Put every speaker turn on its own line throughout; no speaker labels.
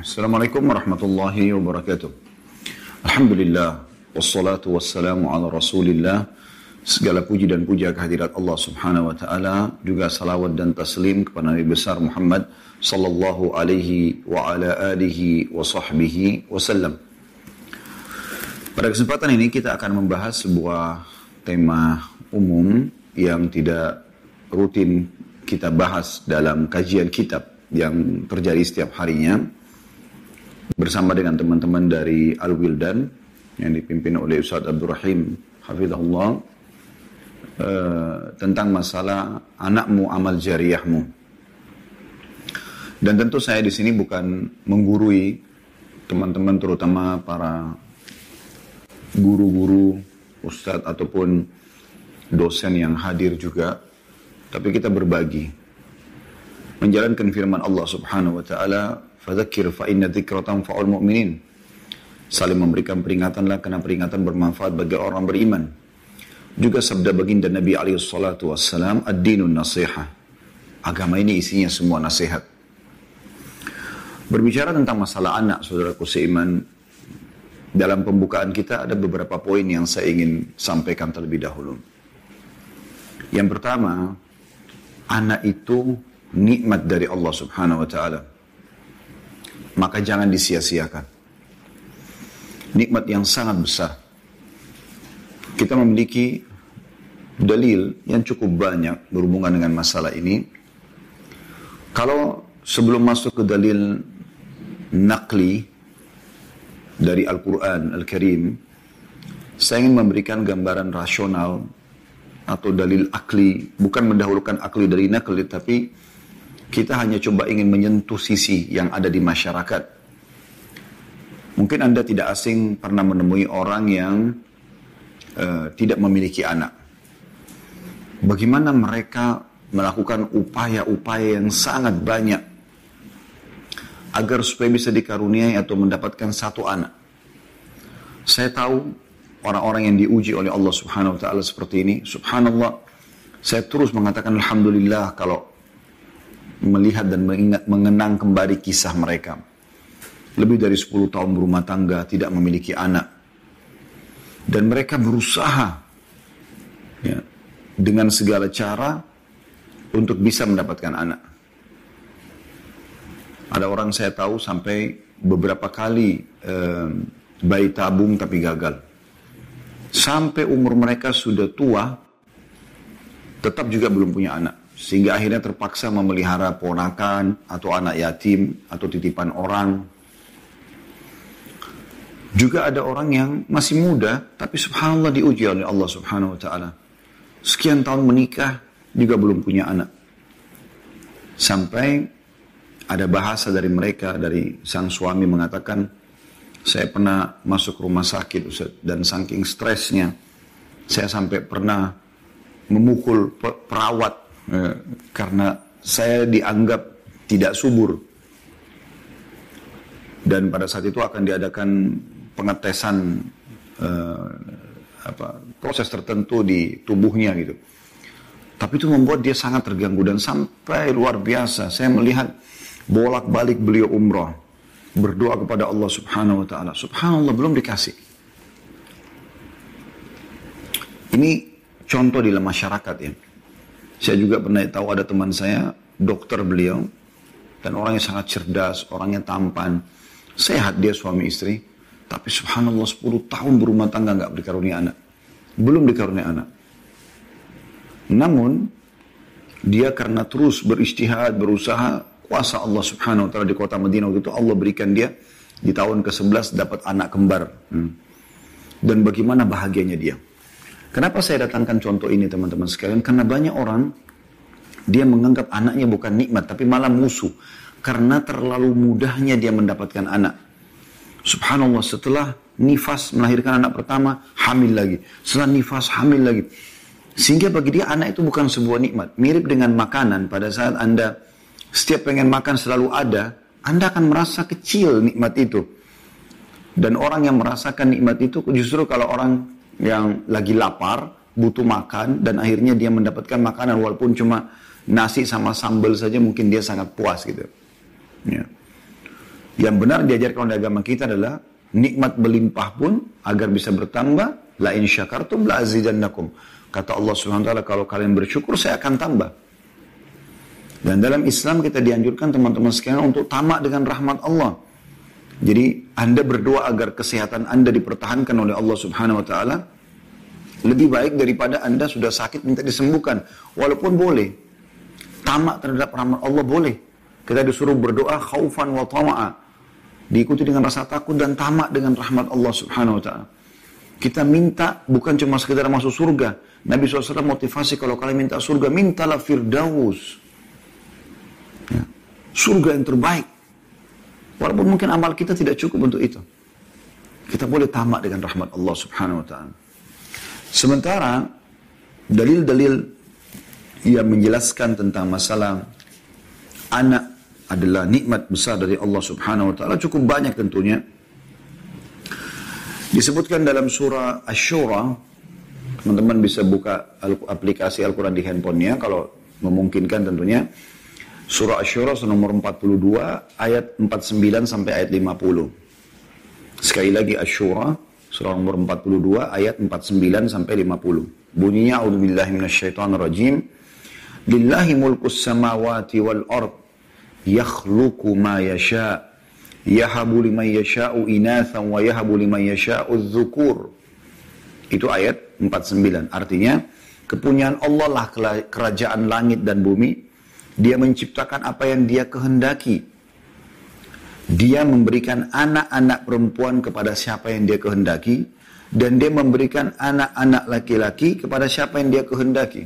Assalamualaikum warahmatullahi wabarakatuh. Alhamdulillah, wassalatu wassalamu ala rasulillah. Segala puji dan puja kehadirat Allah subhanahu wa ta'ala. Juga salawat dan taslim kepada Nabi besar Muhammad sallallahu alaihi wa ala alihi wa sahbihi wasallam. Pada kesempatan ini kita akan membahas sebuah tema umum yang tidak rutin kita bahas dalam kajian kitab yang terjadi setiap harinya bersama dengan teman-teman dari Al-Wildan yang dipimpin oleh Ustaz Abdul Rahim hafizahullah, tentang masalah anakmu amal jariyahmu. Dan tentu saya di sini bukan menggurui teman-teman, terutama para guru-guru, ustadz ataupun dosen yang hadir juga, tapi kita berbagi menjalankan firman Allah subhanahu wa ta'ala, fadzakir fa inna dzikra tanfa'ul mu'minin. Saling memberikan peringatanlah karena peringatan bermanfaat bagi orang beriman. Juga sabda baginda Nabi alaihi salatu wassalam, ad-dinun nasihah. Agama ini isinya semua nasihat. Berbicara tentang masalah anak, saudaraku seiman, dalam pembukaan kita ada beberapa poin yang saya ingin sampaikan terlebih dahulu. Yang pertama, anak itu nikmat dari Allah subhanahu wa ta'ala. Maka jangan disia-siakan. Nikmat yang sangat besar. Kita memiliki dalil yang cukup banyak berhubungan dengan masalah ini. Kalau sebelum masuk ke dalil naqli dari Al-Quran Al-Karim, saya ingin memberikan gambaran rasional atau dalil akli, bukan mendahulukan akli dari naqli, tapi kita hanya coba ingin menyentuh sisi yang ada di masyarakat. Mungkin Anda tidak asing pernah menemui orang yang tidak memiliki anak. Bagaimana mereka melakukan upaya-upaya yang sangat banyak agar supaya bisa dikaruniai atau mendapatkan satu anak. Saya tahu orang-orang yang diuji oleh Allah subhanahu wa ta'ala seperti ini. Subhanallah, saya terus mengatakan alhamdulillah kalau melihat dan mengenang kembali kisah mereka. Lebih dari 10 tahun berumah tangga, tidak memiliki anak. Dan mereka berusaha ya, dengan segala cara untuk bisa mendapatkan anak. Ada orang saya tahu sampai beberapa kali bayi tabung tapi gagal. Sampai umur mereka sudah tua, tetap juga belum punya anak. Sehingga akhirnya terpaksa memelihara ponakan atau anak yatim atau titipan orang. Juga ada orang yang masih muda tapi subhanallah diuji oleh Allah subhanahu wa ta'ala. Sekian tahun menikah juga belum punya anak. Sampai ada bahasa dari mereka, dari sang suami mengatakan, saya pernah masuk rumah sakit Ustaz, dan saking stresnya saya sampai pernah memukul perawat karena saya dianggap tidak subur. Dan pada saat itu akan diadakan pengetesan proses tertentu di tubuhnya gitu. Tapi itu membuat dia sangat terganggu dan sampai luar biasa. Saya melihat bolak-balik beliau umrah, berdoa kepada Allah subhanahu wa ta'ala. Subhanallah, belum dikasih. Ini contoh di dalam masyarakat ya. Saya juga pernah tahu ada teman saya, dokter beliau, dan orangnya sangat cerdas, orangnya tampan, sehat dia suami istri, tapi subhanallah 10 tahun berumah tangga nggak dikarunia anak. Belum dikarunia anak. Namun, dia karena terus beristihad, berusaha, kuasa Allah subhanahu wa ta'ala di kota Madinah waktu itu Allah berikan dia di tahun ke-11 dapat anak kembar. Dan bagaimana bahagianya dia. Kenapa saya datangkan contoh ini teman-teman sekalian? Karena banyak orang, dia menganggap anaknya bukan nikmat, tapi malah musuh. Karena terlalu mudahnya dia mendapatkan anak. Subhanallah, setelah nifas melahirkan anak pertama, hamil lagi. Setelah nifas, hamil lagi. Sehingga bagi dia anak itu bukan sebuah nikmat. Mirip dengan makanan, pada saat Anda setiap pengen makan selalu ada, Anda akan merasa kecil nikmat itu. Dan orang yang merasakan nikmat itu justru kalau orang yang lagi lapar, butuh makan, dan akhirnya dia mendapatkan makanan walaupun cuma nasi sama sambal saja, mungkin dia sangat puas gitu. Ya. Yang benar diajarkan oleh agama kita adalah nikmat berlimpah pun agar bisa bertambah, la in syakartum la azidannakum. Kata Allah Subhanahu wa taala, kalau kalian bersyukur saya akan tambah. Dan dalam Islam kita dianjurkan teman-teman sekalian untuk tamak dengan rahmat Allah. Jadi Anda berdoa agar kesehatan Anda dipertahankan oleh Allah Subhanahu wa taala lebih baik daripada Anda sudah sakit minta disembuhkan. Walaupun boleh tamak terhadap rahmat Allah, boleh. Kita disuruh berdoa khaufan wa tama'a, diikuti dengan rasa takut dan tamak dengan rahmat Allah Subhanahu wa taala. Kita minta bukan cuma sekedar masuk surga. Nabi SAW motivasi, kalau kalian minta surga, mintalah firdaus. Ya. Surga yang terbaik. Walaupun mungkin amal kita tidak cukup untuk itu. Kita boleh tamak dengan rahmat Allah Subhanahu wa taala. Sementara dalil-dalil yang menjelaskan tentang masalah anak adalah nikmat besar dari Allah Subhanahu wa taala cukup banyak tentunya. Disebutkan dalam surah Asy-Syura, teman-teman bisa buka aplikasi Al-Quran di handphonenya kalau memungkinkan tentunya. Surah Asy-Syura nomor 42 ayat 49 sampai ayat 50. Sekali lagi Asy-Syura surah nomor 42 ayat 49 sampai 50. Bunyinya a'udzubillahi minasyaitonirrajim. Lillahi mulkus samawati wal ard yakhluqu ma yasha' yahabu liman yasha'u inathan wa yahabu liman yasha'u adh-dhukur. Itu ayat 49. Artinya kepunyaan Allah lah kerajaan langit dan bumi. Dia menciptakan apa yang dia kehendaki. Dia memberikan anak-anak perempuan kepada siapa yang dia kehendaki. Dan dia memberikan anak-anak laki-laki kepada siapa yang dia kehendaki.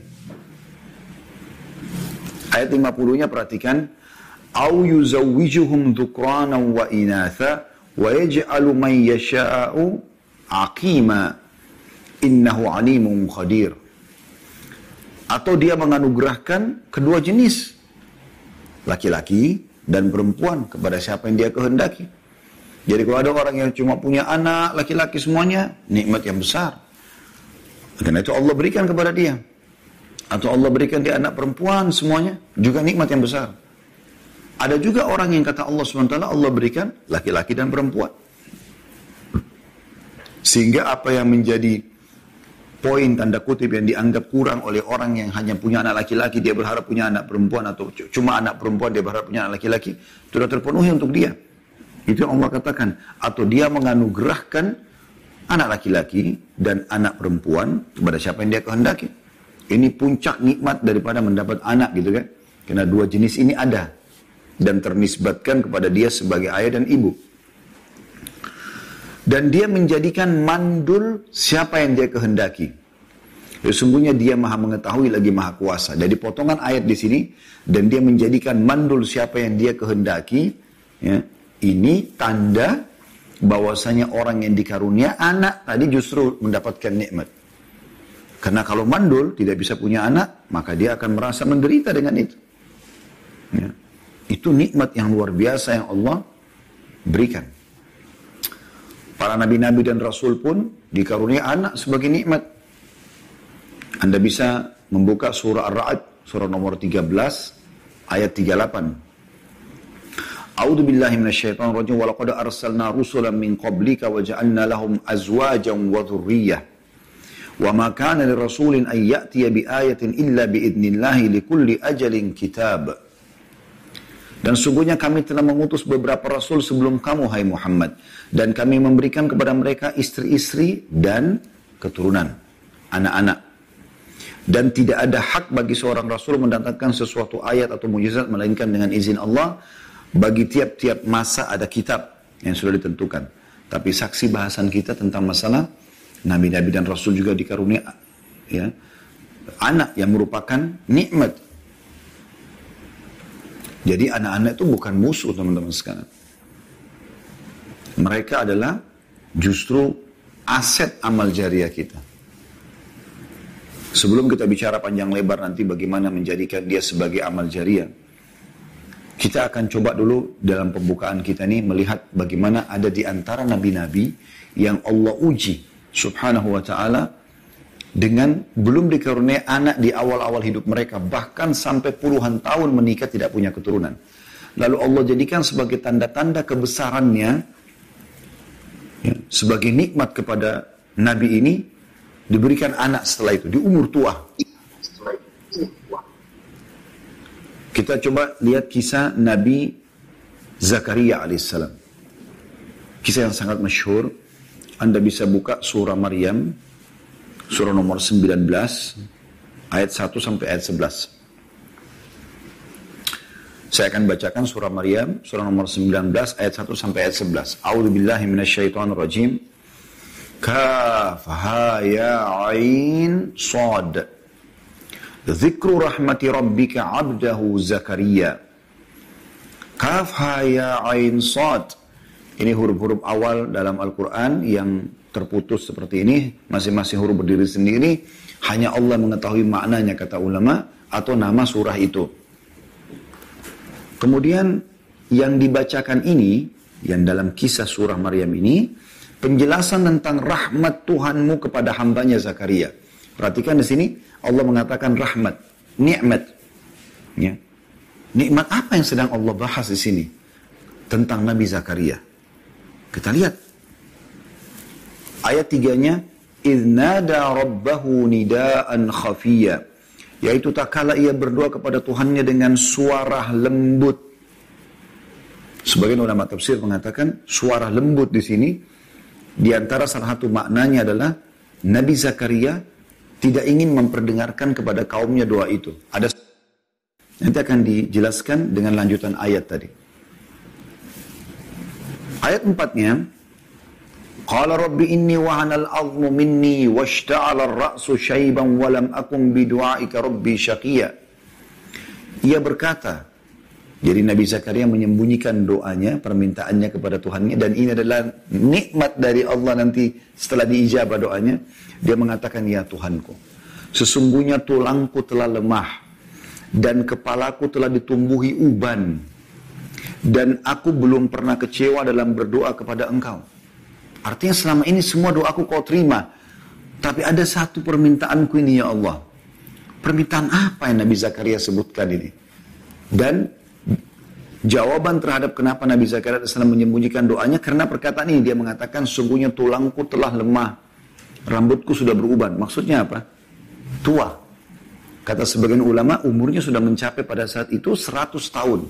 Ayat 50-nya perhatikan. Au yuzawwijuhum dhukranan wa inatha wa yaj'alu man yasha'u aqima innahu alimun qadir. Atau dia menganugerahkan kedua jenis, laki-laki dan perempuan kepada siapa yang dia kehendaki. Jadi kalau ada orang yang cuma punya anak laki-laki semuanya, nikmat yang besar. Karena itu Allah berikan kepada dia. Atau Allah berikan dia anak perempuan semuanya, juga nikmat yang besar. Ada juga orang yang kata Allah SWT, Allah berikan laki-laki dan perempuan. Sehingga apa yang menjadi poin tanda kutip yang dianggap kurang oleh orang yang hanya punya anak laki-laki, dia berharap punya anak perempuan, atau cuma anak perempuan dia berharap punya anak laki-laki, sudah terpenuhi untuk dia. Itu yang Allah katakan. Atau dia menganugerahkan anak laki-laki dan anak perempuan kepada siapa yang dia kehendaki. Ini puncak nikmat daripada mendapat anak gitu kan. Karena dua jenis ini ada dan ternisbatkan kepada dia sebagai ayah dan ibu. Dan dia menjadikan mandul siapa yang dia kehendaki. Sesungguhnya dia maha mengetahui lagi maha kuasa. Jadi potongan ayat di sini, dan dia menjadikan mandul siapa yang dia kehendaki. Ya, ini tanda bahwasanya orang yang dikarunia anak tadi justru mendapatkan nikmat. Karena kalau mandul tidak bisa punya anak, maka dia akan merasa menderita dengan itu. Ya. Itu nikmat yang luar biasa yang Allah berikan. Para nabi-nabi dan rasul pun dikarunia anak sebagai nikmat. Anda bisa membuka surah Ar-Ra'd, surah nomor 13, ayat 38. A'udzu billahi minasyaitonir rajim. Wa laqad arsalna rusulan min qablika wa ja'alna lahum azwajan wa dhurriyyah. Wa ma kana lirasulin an ya'tiya bi ayatin illa bi idnillahi likulli ajalin kitab. Dan sungguhnya kami telah mengutus beberapa rasul sebelum kamu, hai Muhammad. Dan kami memberikan kepada mereka istri-istri dan keturunan, anak-anak. Dan tidak ada hak bagi seorang rasul mendatangkan sesuatu ayat atau mukjizat melainkan dengan izin Allah. Bagi tiap-tiap masa ada kitab yang sudah ditentukan. Tapi saksi bahasan kita tentang masalah nabi-nabi dan rasul juga dikarunia ya, anak yang merupakan nikmat. Jadi anak-anak itu bukan musuh teman-teman sekalian. Mereka adalah justru aset amal jariah kita. Sebelum kita bicara panjang lebar nanti bagaimana menjadikan dia sebagai amal jariah, kita akan coba dulu dalam pembukaan kita ini melihat bagaimana ada di antara nabi-nabi yang Allah uji subhanahu wa ta'ala dengan belum dikaruniai anak di awal-awal hidup mereka, bahkan sampai puluhan tahun menikah tidak punya keturunan. lalu Allah jadikan sebagai tanda-tanda kebesarannya, ya, sebagai nikmat kepada Nabi ini, diberikan anak setelah itu, di umur tua. Kita coba lihat kisah Nabi Zakaria alaihissalam. Kisah yang sangat masyhur. Anda bisa buka surah Maryam, surah nomor 19, ayat 1 sampai ayat 11. Saya akan bacakan surah Maryam, surah nomor 19, ayat 1 sampai ayat 11. A'udzubillahi minasyaitonirrajim. Kaf ha ya ain sad. Dzikru rahmati rabbika 'abdahu Zakaria. Kaf ha ya ain sad. Ini huruf-huruf awal dalam Al-Quran yang terputus seperti ini. Masing-masing huruf berdiri sendiri. Hanya Allah mengetahui maknanya, kata ulama, atau nama surah itu. Kemudian yang dibacakan ini, yang dalam kisah surah Maryam ini, penjelasan tentang rahmat Tuhanmu kepada hambanya Zakaria. Perhatikan di sini, Allah mengatakan rahmat, nikmat. Ya. Nikmat apa yang sedang Allah bahas di sini? Tentang Nabi Zakaria. Kita lihat. Ayat 3-nya, إِذْ نَادَى رَبَّهُ نِدَاءً خَفِيًّا. Yaitu tak kala ia berdoa kepada Tuhannya dengan suara lembut. Sebagian ulama tafsir mengatakan suara lembut di sini, di antara salah satu maknanya adalah Nabi Zakaria tidak ingin memperdengarkan kepada kaumnya doa itu. Nanti akan dijelaskan dengan lanjutan ayat tadi. Ayat 4-nya, Qala rabbi inni wahana al-'azmu minni washta'ala ar-ra'su shayban wa lam akun bidu'aika rabbi syaqiya. Ia berkata, jadi Nabi Zakaria menyembunyikan doanya, permintaannya kepada Tuhannya, dan ini adalah nikmat dari Allah nanti setelah diijabah doanya. Dia mengatakan, ya Tuhanku, sesungguhnya tulangku telah lemah dan kepalaku telah ditumbuhi uban, dan aku belum pernah kecewa dalam berdoa kepada Engkau. Artinya selama ini semua doaku Kau terima, tapi ada satu permintaanku ini ya Allah. Permintaan apa yang Nabi Zakaria sebutkan ini? Dan jawaban terhadap kenapa Nabi Zakaria menyembunyikan doanya, karena perkataan ini. Dia mengatakan, sungguhnya tulangku telah lemah, rambutku sudah beruban. Maksudnya apa? Tua. Kata sebagian ulama, umurnya sudah mencapai pada saat itu 100 tahun.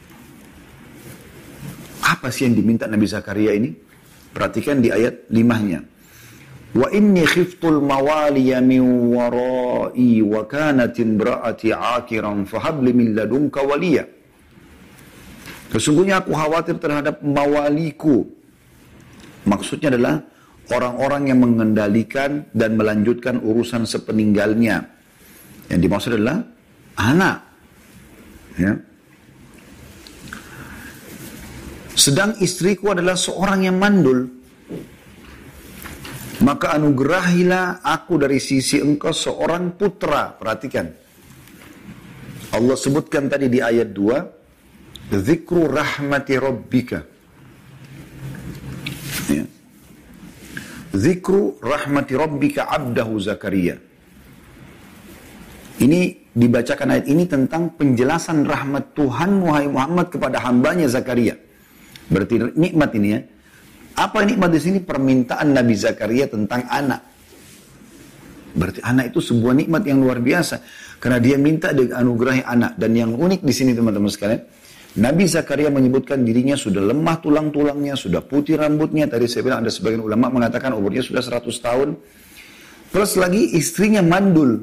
Apa sih yang diminta Nabi Zakaria ini? Perhatikan di ayat 5-nya. Wa inni khiftul mawaliya min warai wa kanat imraati akiran fahabli min ladunka waliya. Sesungguhnya aku khawatir terhadap mawaliku. Maksudnya adalah orang-orang yang mengendalikan dan melanjutkan urusan sepeninggalnya. Yang dimaksud adalah anak. Ya. Sedang istriku adalah seorang yang mandul. Maka anugerahilah aku dari sisi engkau seorang putra. Perhatikan. Allah sebutkan tadi di ayat 2. Dzikru rahmati rabbika. Ya. Dzikru rahmati rabbika abdahu Zakaria. Ini dibacakan ayat ini tentang penjelasan rahmat Tuhan Muhammad kepada hambanya Zakaria. Berarti nikmat ini ya. Apa nikmat di sini? Permintaan Nabi Zakaria tentang anak. Berarti anak itu sebuah nikmat yang luar biasa. Karena dia minta dianugerahi anak. Dan yang unik di sini teman-teman sekalian, Nabi Zakaria menyebutkan dirinya sudah lemah tulang-tulangnya, sudah putih rambutnya. Tadi saya bilang ada sebagian ulama mengatakan umurnya sudah 100 tahun. Plus lagi istrinya mandul.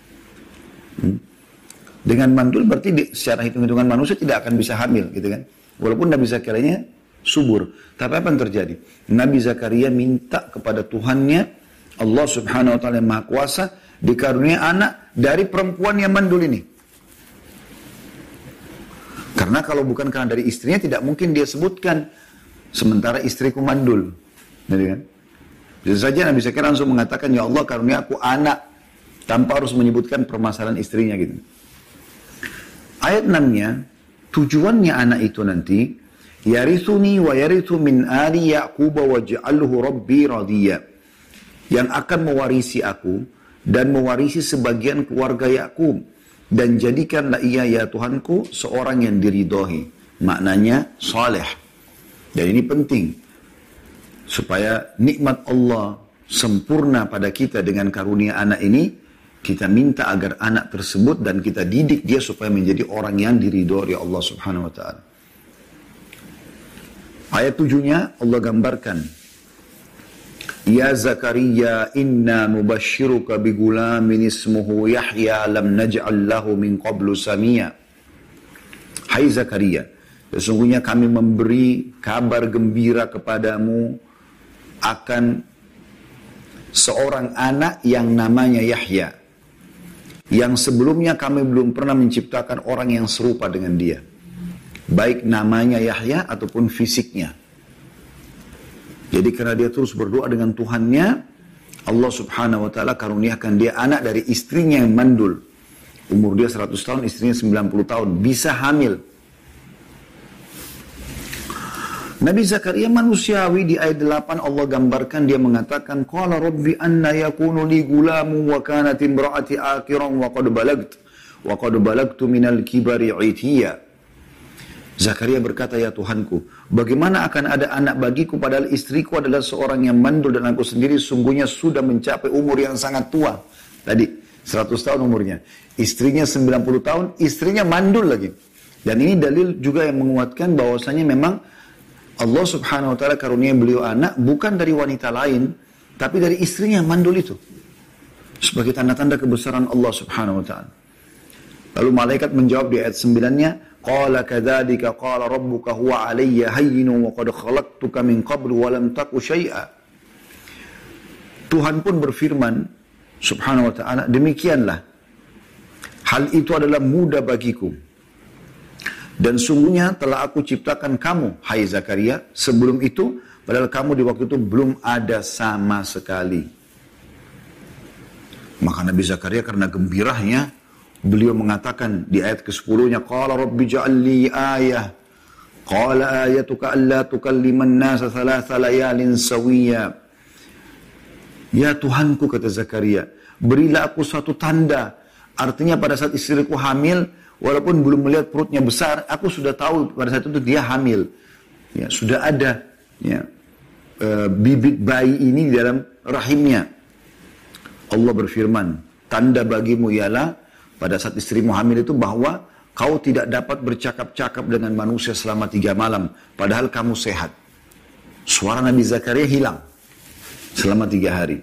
Dengan mandul berarti secara hitung-hitungan manusia tidak akan bisa hamil gitu kan. Walaupun Nabi Zakaria subur. Tapi apa yang terjadi? Nabi Zakaria minta kepada Tuhannya, Allah subhanahu wa ta'ala yang maha kuasa, dikarunia anak dari perempuan yang mandul ini. Karena kalau bukan karena dari istrinya, tidak mungkin dia sebutkan, sementara istriku mandul. Jadi kan? Bisa saja Nabi Zakaria langsung mengatakan, ya Allah karunia aku anak, tanpa harus menyebutkan permasalahan istrinya gitu. Ayat 6-nya, tujuannya anak itu nanti, yarithuni wa yarithu min ali Ya'qub waj'alhu rabbi radiya. Yang akan mewarisi aku dan mewarisi sebagian keluarga Yakub, dan jadikanlah ia ya Tuhanku seorang yang diridhoi. maknanya saleh. Dan ini penting supaya nikmat Allah sempurna pada kita dengan karunia anak ini, kita minta agar anak tersebut dan kita didik dia supaya menjadi orang yang diridhoi oleh Allah Subhanahu wa taala. Ayat 7-nya Allah gambarkan, Ya Zakaria inna nubashiruka bigulamin ismuhu Yahya lam naj'al lahu min qablu samia. Hai Zakaria, sesungguhnya kami memberi kabar gembira kepadamu akan seorang anak yang namanya Yahya, yang sebelumnya kami belum pernah menciptakan orang yang serupa dengan dia, baik namanya Yahya ataupun fisiknya. Jadi karena dia terus berdoa dengan Tuhannya, Allah Subhanahu wa taala karuniakan dia anak dari istrinya yang mandul. Umur dia 100 tahun, istrinya 90 tahun, bisa hamil. Nabi Zakaria manusiawi, di ayat 8 Allah gambarkan, dia mengatakan, Qala rabbi anna yakunu li gulamu wa kanat imra'ati akiran wa qad balagtu minal kibari itiya. Zakaria berkata, ya Tuhanku, bagaimana akan ada anak bagiku padahal istriku adalah seorang yang mandul dan aku sendiri sungguhnya sudah mencapai umur yang sangat tua. Tadi 100 tahun umurnya, istrinya 90 tahun, istrinya mandul lagi. Dan ini dalil juga yang menguatkan bahwasanya memang Allah Subhanahu wa taala karunia beliau anak bukan dari wanita lain, tapi dari istrinya yang mandul itu. Sebagai tanda-tanda kebesaran Allah Subhanahu wa taala. Lalu malaikat menjawab di ayat 9-nya, Qala kadzalika qala rabbuka huwa 'alayya hayyinun wa qad khalaqtuka min qablu wa lam taku syai'a. Tuhan pun berfirman Subhanahu wa taala, demikianlah hal itu adalah mudah bagiku. Dan sungguhnya telah aku ciptakan kamu, hai Zakaria, sebelum itu, padahal kamu di waktu itu belum ada sama sekali. Maka Nabi Zakaria karena gembiranya, beliau mengatakan di ayat ke-10-nya, Qala rabbi ja'alli ayah. Qala ayatuka alla tukalliman nasa thalatha layalin sawiya. Ya Tuhanku, kata Zakaria, berilah aku suatu tanda. Artinya pada saat istriku hamil, walaupun belum melihat perutnya besar, aku sudah tahu pada saat itu dia hamil. Ya, sudah ada ya, bibit bayi ini di dalam rahimnya. Allah berfirman, tanda bagimu ialah pada saat istrimu hamil itu bahwa kau tidak dapat bercakap-cakap dengan manusia selama 3 malam. Padahal kamu sehat. Suara Nabi Zakaria hilang selama 3 hari.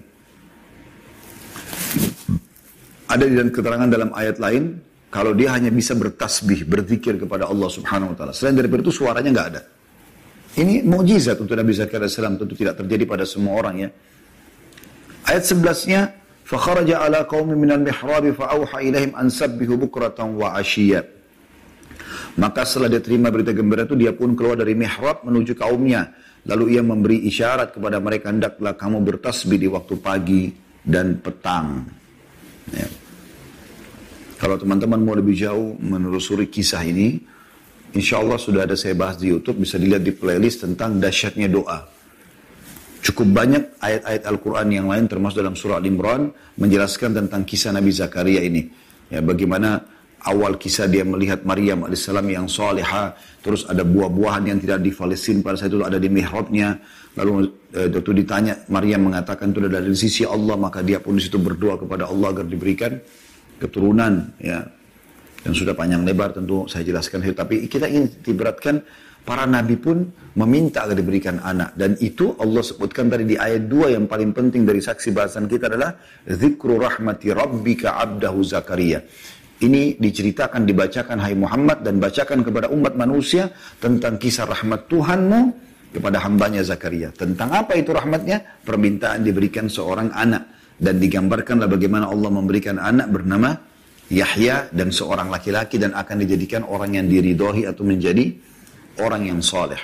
Ada di dalam keterangan dalam ayat lain, kalau dia hanya bisa bertasbih, berzikir kepada Allah Subhanahu wa taala. Selain daripada itu suaranya nggak ada. Ini mukjizat untuk Nabi Zakaria AS, tentu tidak terjadi pada semua orang ya. Ayat 11-nya, فَخَرَجَ عَلَى قَوْمٍ مِنَ الْمِحْرَابِ فَأَوْحَى إِلَيْهِمْ أَنْ سَبِّحُوا بُكْرَةً وَعَشِيًّا. Maka setelah dia terima berita gembira itu, dia pun keluar dari mihrab menuju kaumnya. Lalu ia memberi isyarat kepada mereka, hendaklah kamu bertasbih di waktu pagi dan petang. Ya. Kalau teman-teman mau lebih jauh menelusuri kisah ini, insya Allah sudah ada saya bahas di YouTube, bisa dilihat di playlist tentang dahsyatnya doa. Cukup banyak ayat-ayat Al-Quran yang lain termasuk dalam surah Al-Imran menjelaskan tentang kisah Nabi Zakaria ini. Ya, bagaimana awal kisah dia melihat Maryam AS yang salihah, terus ada buah-buahan yang tidak difalesin pada saat itu ada di mihrabnya. Lalu waktu ditanya, Maryam mengatakan itu dari sisi Allah, maka dia pun di situ berdoa kepada Allah agar diberikan keturunan. Ya. Dan sudah panjang lebar tentu saya jelaskan. Tapi kita ingin diberatkan, para nabi pun meminta agar diberikan anak. Dan itu Allah sebutkan tadi di ayat 2 yang paling penting dari saksi bahasan kita adalah Zikru rahmati rabbika abdahu Zakaria. Ini diceritakan, dibacakan hai Muhammad dan bacakan kepada umat manusia tentang kisah rahmat Tuhanmu kepada hambanya Zakaria. Tentang apa itu rahmatnya? Permintaan diberikan seorang anak. Dan digambarkanlah bagaimana Allah memberikan anak bernama Yahya dan seorang laki-laki dan akan dijadikan orang yang diridhoi atau menjadi orang yang saleh.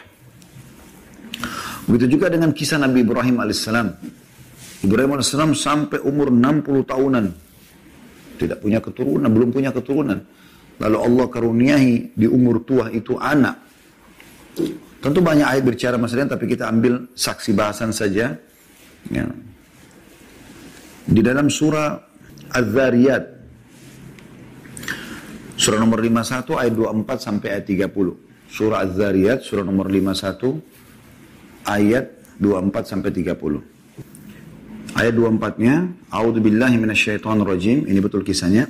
Begitu juga dengan kisah Nabi Ibrahim alaihissalam. Ibrahim alaihissalam sampai umur 60 tahunan tidak punya keturunan, belum punya keturunan. Lalu Allah karuniai di umur tua itu anak. Tentu banyak ayat berbicara masalahnya, tapi kita ambil saksi bahasan saja. Ya. Di dalam surah Az-Zariyat, surah nomor 51 ayat 24 sampai ayat 30. surah Az-Zariyat, surah nomor 51, ayat 24 sampai 30. Ayat 24-nya, A'udzubillahi minasyaitonirrajim. Ini betul kisahnya.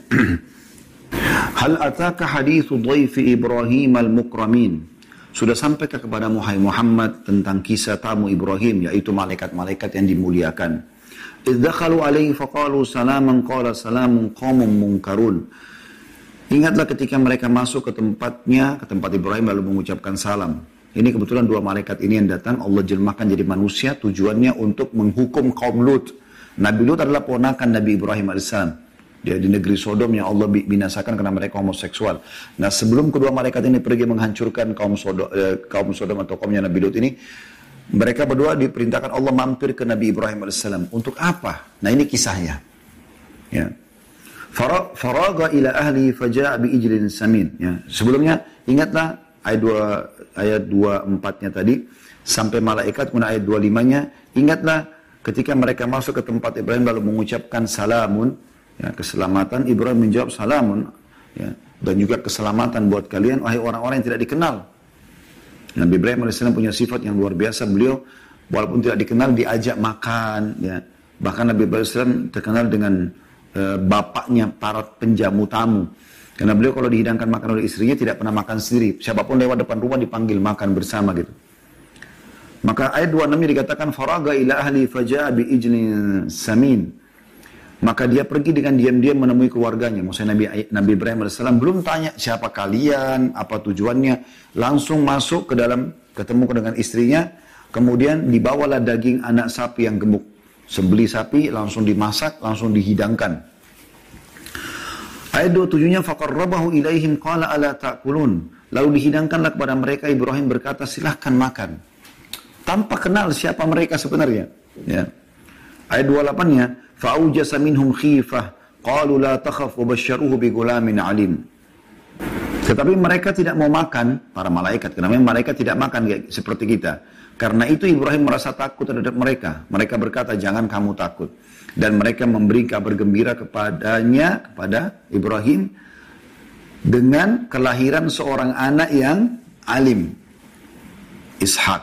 Hal ataka hadithu dhaifi Ibrahim al-mukramin. Sudah sampaikah kepadamu hai Muhammad tentang kisah tamu Ibrahim, yaitu malaikat-malaikat yang dimuliakan. Idh dakhalu alaihi faqalu salaman qala salamun qaumun munkarun. Ingatlah ketika mereka masuk ke tempatnya, ke tempat Ibrahim lalu mengucapkan salam. Ini kebetulan dua malaikat ini yang datang, Allah jelmakan jadi manusia, tujuannya untuk menghukum kaum Lut. Nabi Lut adalah ponakan Nabi Ibrahim AS. Dia di negeri Sodom yang Allah binasakan karena mereka homoseksual. Nah, sebelum kedua malaikat ini pergi menghancurkan kaum Sodom atau kaumnya Nabi Lut ini, mereka berdua diperintahkan Allah mampir ke Nabi Ibrahim AS. Untuk apa? Nah, ini kisahnya. Ya. Faraga ila ahli faja'a bi ijlin samin. Ya. Sebelumnya, ingatlah ayat 24-nya tadi, sampai malaikat, kemudian ayat 25-nya, ingatlah ketika mereka masuk ke tempat Ibrahim lalu mengucapkan salamun, ya, keselamatan. Ibrahim menjawab salamun, ya, dan juga keselamatan buat kalian, wahai orang-orang yang tidak dikenal. Nabi Ibrahim AS punya sifat yang luar biasa, beliau walaupun tidak dikenal diajak makan, ya. Bahkan Nabi Ibrahim AS terkenal dengan bapaknya para penjamu tamu. Karena beliau kalau dihidangkan makan oleh istrinya tidak pernah makan sendiri. Siapapun lewat depan rumah dipanggil makan bersama gitu. Maka ayat 26 dikatakan faraga ila ahli faja'a bi ijlin samin. Maka dia pergi dengan diam-diam menemui keluarganya. Maksudnya Nabi Ibrahim AS belum tanya siapa kalian, apa tujuannya. Langsung masuk ke dalam, ketemu dengan istrinya. Kemudian dibawalah daging anak sapi yang gemuk. Sembelih sapi, langsung dimasak, langsung dihidangkan. Ayat 27-nya faqarrabahu ilaihim qala ala ta'kulun. Lalu dihidangkanlah kepada mereka, Ibrahim berkata, silahkan makan. Tanpa kenal siapa mereka sebenarnya. Ya. Ayat 28-nya fa'aujasa minhum khifah qalu la takhaf wa basyaruhu bi ghulamin alim. Tetapi mereka tidak mau makan, para malaikat. Karena memang malaikat tidak makan seperti kita. Karena itu Ibrahim merasa takut terhadap mereka. Mereka berkata, jangan kamu takut. Dan mereka memberi kabar gembira kepadanya, kepada Ibrahim, dengan kelahiran seorang anak yang alim, Ishak.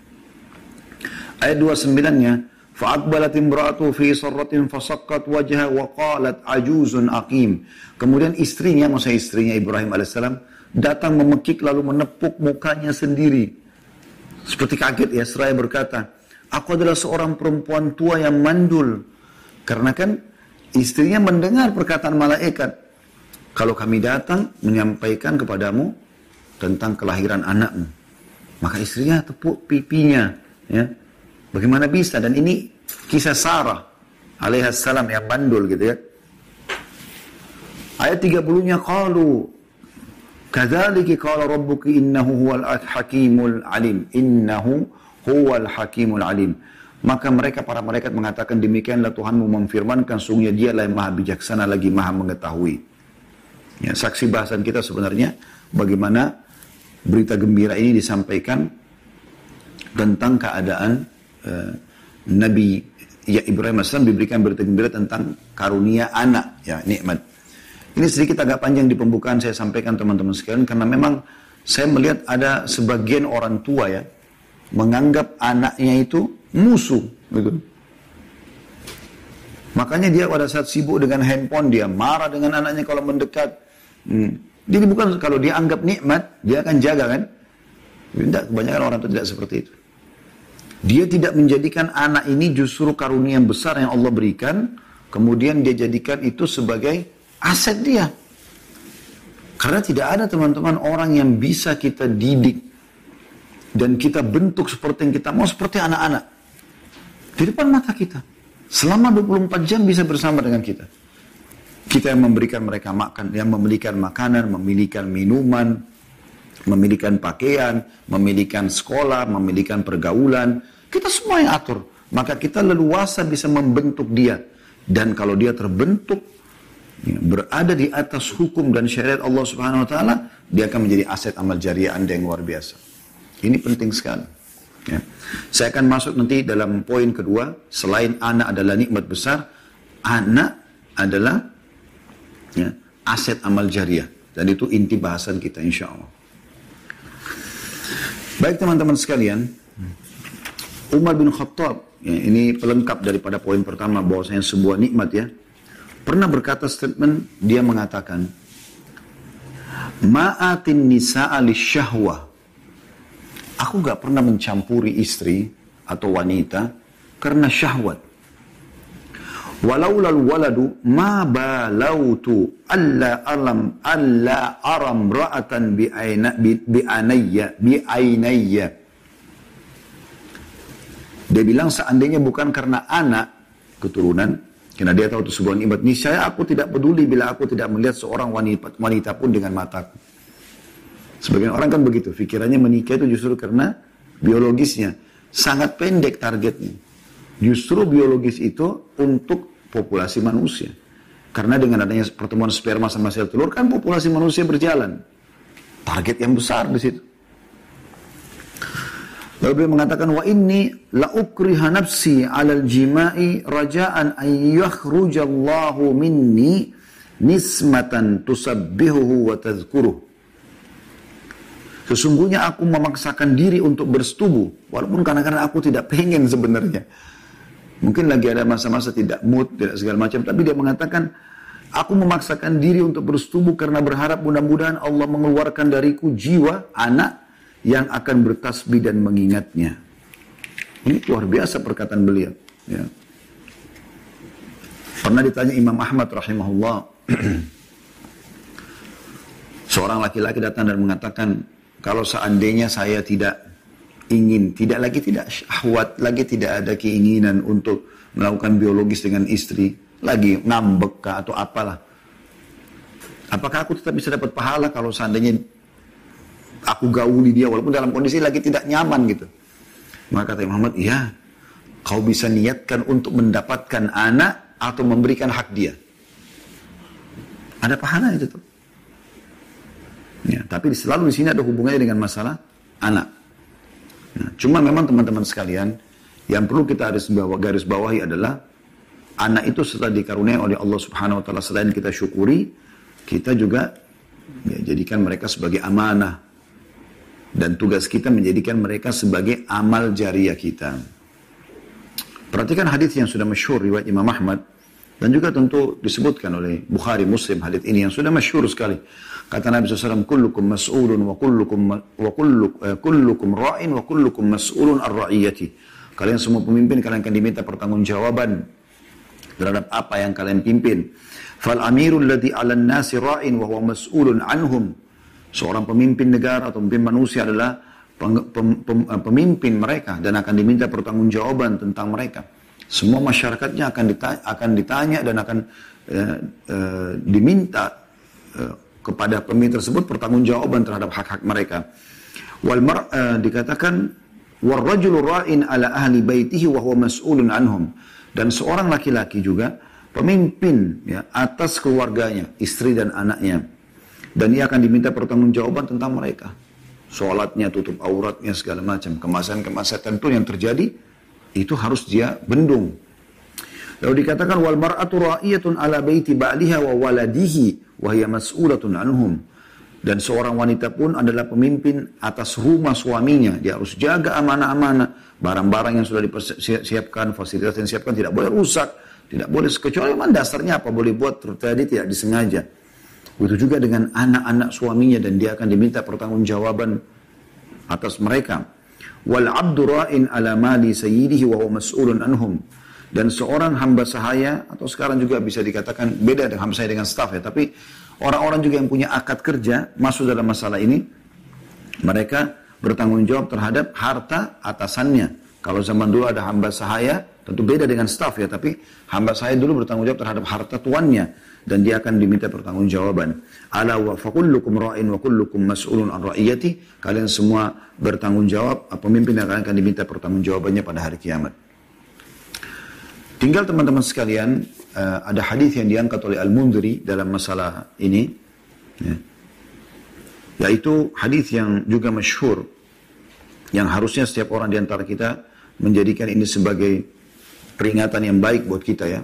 Ayat 29-nya, فَأَقْبَلَتِ امْرَأَتُهُ فِي صَرَّةٍ فَصَكَّتْ وَجْهَهَا وَقَالَتْ عَجُوزٌ أَقِيمٌ. Kemudian istrinya, maksudnya istrinya Ibrahim AS, datang memekik lalu menepuk mukanya sendiri. Seperti kaget ya, seraya berkata, aku adalah seorang perempuan tua yang mandul. Karena kan istrinya mendengar perkataan malaikat. Kalau kami datang menyampaikan kepadamu tentang kelahiran anakmu. Maka istrinya tepuk pipinya. Ya. Bagaimana bisa? Dan ini kisah Sarah alaihissalam yang mandul gitu ya. Ayat 30-nya qalu kadzalika qala rabbuki innahu huwal hakimul alim. Innahu huwal hakimul alim. Maka mereka, para malaikat mengatakan, demikianlah Tuhanmu memfirmankan, sungguhnya dialah yang maha bijaksana lagi maha mengetahui. Ya, saksi bahasan kita sebenarnya bagaimana berita gembira ini disampaikan tentang keadaan Nabi Ibrahim AS diberikan berita gembira tentang karunia anak, ya, nikmat. Ini sedikit agak panjang di pembukaan saya sampaikan teman-teman sekalian, karena memang saya melihat ada sebagian orang tua ya menganggap anaknya itu musuh, gitu. Makanya dia pada saat sibuk dengan handphone, dia marah dengan anaknya kalau mendekat. Jadi bukan kalau dia anggap nikmat, dia akan jaga kan? Tidak, kebanyakan orang itu tidak seperti itu. Dia tidak menjadikan anak ini justru karunia yang besar yang Allah berikan, kemudian dia jadikan itu sebagai aset dia. Karena tidak ada teman-teman orang yang bisa kita didik dan kita bentuk seperti yang kita mau, seperti anak-anak. Di depan mata kita. Selama 24 jam bisa bersama dengan kita. Kita yang memberikan mereka makan, yang memberikan makanan, memilihkan minuman, memilihkan pakaian, memilihkan sekolah, memilihkan pergaulan. Kita semua yang atur. Maka kita leluasa bisa membentuk dia. Dan kalau dia terbentuk, ya, berada di atas hukum dan syariat Allah Subhanahu Wa Taala, dia akan menjadi aset amal jariah Anda yang luar biasa. Ini penting sekali. Ya. Saya akan masuk nanti dalam poin kedua. Selain anak adalah nikmat besar, anak adalah ya, aset amal jariah. Dan itu inti bahasan kita insya Allah. Baik teman-teman sekalian, Umar bin Khattab, ya, ini pelengkap daripada poin pertama bahwasanya sebuah nikmat ya. Pernah berkata statement, dia mengatakan, ma'atin nisa'a lisyahwah. Aku gak pernah mencampuri istri atau wanita karena syahwat. Walaulal waladu ma balautu alla aram ra'atan bi'ainayya. Dia bilang seandainya bukan karena anak keturunan, karena dia tahu itu sebuah nikmat, niscaya aku tidak peduli bila aku tidak melihat seorang wanita pun dengan mataku. Sebagian orang kan begitu, pikirannya menikah itu justru karena biologisnya. Sangat pendek targetnya. Justru biologis itu untuk populasi manusia. Karena dengan adanya pertemuan sperma sama sel telur kan populasi manusia berjalan. Target yang besar di situ. Lalu beliau mengatakan, wa inni la ukriha nafsi 'alal jima'i raja'an an yakhrujallahu minni nismatan tusabbihuhu wa tadhkuruh. Sesungguhnya aku memaksakan diri untuk bersetubuh, walaupun kadang-kadang aku tidak pengen sebenarnya. Mungkin lagi ada masa-masa tidak mood, tidak segala macam, tapi dia mengatakan, aku memaksakan diri untuk bersetubuh karena berharap mudah-mudahan Allah mengeluarkan dariku jiwa, anak, yang akan bertasbih dan mengingatnya. Ini luar biasa perkataan beliau. Ya. Pernah ditanya Imam Ahmad rahimahullah, seorang laki-laki datang dan mengatakan, kalau seandainya saya tidak ingin, tidak syahwat, lagi tidak ada keinginan untuk melakukan biologis dengan istri, lagi ngambek atau apalah, apakah aku tetap bisa dapat pahala kalau seandainya aku gauli dia walaupun dalam kondisi lagi tidak nyaman gitu? Maka kata Muhammad, iya, kau bisa niatkan untuk mendapatkan anak atau memberikan hak dia. Ada pahala itu tuh. Ya, tapi selalu di sini ada hubungannya dengan masalah anak. Nah, cuma memang teman-teman sekalian, yang perlu kita garis bawahi adalah anak itu setelah dikaruniai oleh Allah Subhanahu Wa Taala, selain kita syukuri, kita juga ya, jadikan mereka sebagai amanah. Dan tugas kita menjadikan mereka sebagai amal jariah kita. Perhatikan hadis yang sudah masyhur riwayat Imam Ahmad, dan juga tentu disebutkan oleh Bukhari, Muslim, hadis ini yang sudah masyhur sekali. Kata Nabi SAW, kullukum mas'ulun wa kullukum ra'in wa kullukum mas'ulun ar-ra'iyati. Kalian semua pemimpin, kalian akan diminta pertanggungjawaban terhadap apa yang kalian pimpin. Fal amirul ladzi 'alan nasi ra'in wa huwa mas'ulun anhum. Seorang pemimpin negara atau pemimpin manusia adalah pemimpin mereka dan akan diminta pertanggungjawaban tentang mereka. Semua masyarakatnya akan ditanya dan akan diminta kepada pemimpin tersebut pertanggungjawaban terhadap hak-hak mereka. Dikatakan warrajulu ra'in ala ahli baitihi wa huwa mas'ulun anhum. Dan seorang laki-laki juga pemimpin ya, atas keluarganya, istri dan anaknya. Dan ia akan diminta pertanggungjawaban tentang mereka. Sholatnya, tutup auratnya, segala macam. Kemasan-kemasan tentu yang terjadi, itu harus dia bendung. Lalu dikatakan, wal mar'atu ra'iyatun ala baiti ba'liha wa waladihi, wa hiya mas'ulatun anhum. Dan seorang wanita pun adalah pemimpin atas rumah suaminya. Dia harus jaga amanah-amanah. Barang-barang yang sudah disiapkan, fasilitas yang disiapkan, tidak boleh rusak. Tidak boleh, kecuali memang dasarnya apa boleh buat terjadi tidak disengaja. Begitu juga dengan anak-anak suaminya dan dia akan diminta pertanggungjawaban atas mereka. Wal 'abdu ra'in 'ala mali sayyidihi wa huwa mas'ulun anhum. Dan seorang hamba sahaya, atau sekarang juga bisa dikatakan beda dengan hamba sahaya dengan staf ya, tapi orang-orang juga yang punya akad kerja masuk dalam masalah ini, mereka bertanggung jawab terhadap harta atasannya. Kalau zaman dulu ada hamba sahaya, tentu beda dengan staf ya, tapi hamba sahaya dulu bertanggung jawab terhadap harta tuannya. Dan dia akan diminta pertanggungjawaban. Ala wa fakullukum ra'in wa kullukum mas'ulun an ra'iyati. Kalian semua bertanggung jawab, pemimpin yang akan diminta pertanggungjawabannya pada hari kiamat. Tinggal teman-teman sekalian, ada hadis yang diangkat oleh Al-Mundhiri dalam masalah ini, ya, yaitu hadis yang juga masyhur, yang harusnya setiap orang di antara kita menjadikan ini sebagai peringatan yang baik buat kita ya.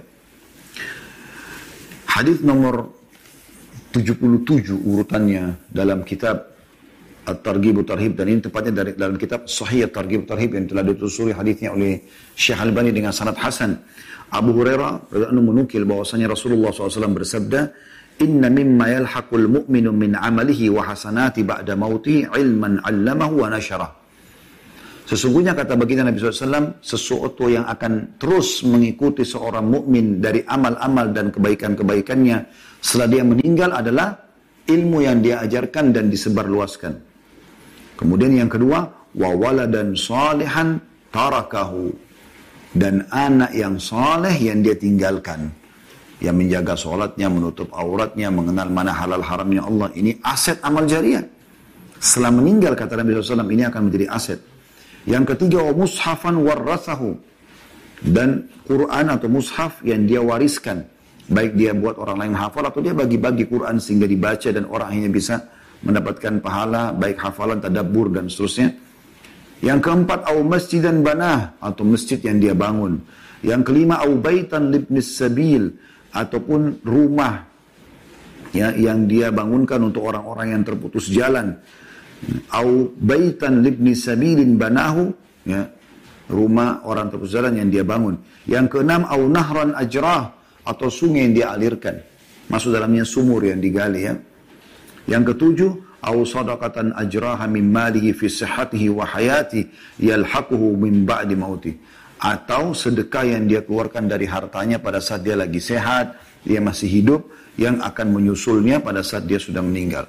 Hadis nomor 77 urutannya dalam kitab At-Targhib Tarhib, dan ini tepatnya dari dalam kitab Sahih At-Targhib Tarhib yang telah ditelusuri hadisnya oleh Syekh Albani dengan sanad hasan. Abu Hurairah radhiyallahu anhu menukil bahwasanya Rasulullah SAW bersabda, "Inna mimma yalhaqul mu'minu min 'amalihi wa hasanati ba'da mauti ilman 'allamahu wa nasyarah." Sesungguhnya kata baginda Nabi SAW, sesuatu yang akan terus mengikuti seorang mukmin dari amal-amal dan kebaikan-kebaikannya setelah dia meninggal adalah ilmu yang dia ajarkan dan disebarluaskan. Kemudian yang kedua, wa waladan salihan tarakahu, dan anak yang saleh yang dia tinggalkan, yang menjaga sholatnya, menutup auratnya, mengenal mana halal haramnya Allah. Ini aset amal jariah. Setelah meninggal, kata Nabi SAW, ini akan menjadi aset. Yang ketiga, wa mushafan warrathahu, dan Quran atau mushaf yang dia wariskan, baik dia buat orang lain hafal atau dia bagi-bagi Quran sehingga dibaca dan orang hanya bisa mendapatkan pahala, baik hafalan, tadabbur, dan seterusnya. Yang keempat, au masjidan banah, atau masjid yang dia bangun. Yang kelima, au baitan libnis sabil, ataupun rumah ya, yang dia bangunkan untuk orang-orang yang terputus jalan. Au baitan libnis sabilin banahu, ya, rumah orang terputus jalan yang dia bangun. Yang keenam, au nahran ajrah, atau sungai yang dia alirkan. Masuk dalamnya sumur yang digali, ya. Yang ketujuh, au sadaqatan ajraha min malihi fi sihhatihi wa hayati yalhaquhu min ba'di mauti, atau sedekah yang dia keluarkan dari hartanya pada saat dia lagi sehat, dia masih hidup, yang akan menyusulnya pada saat dia sudah meninggal.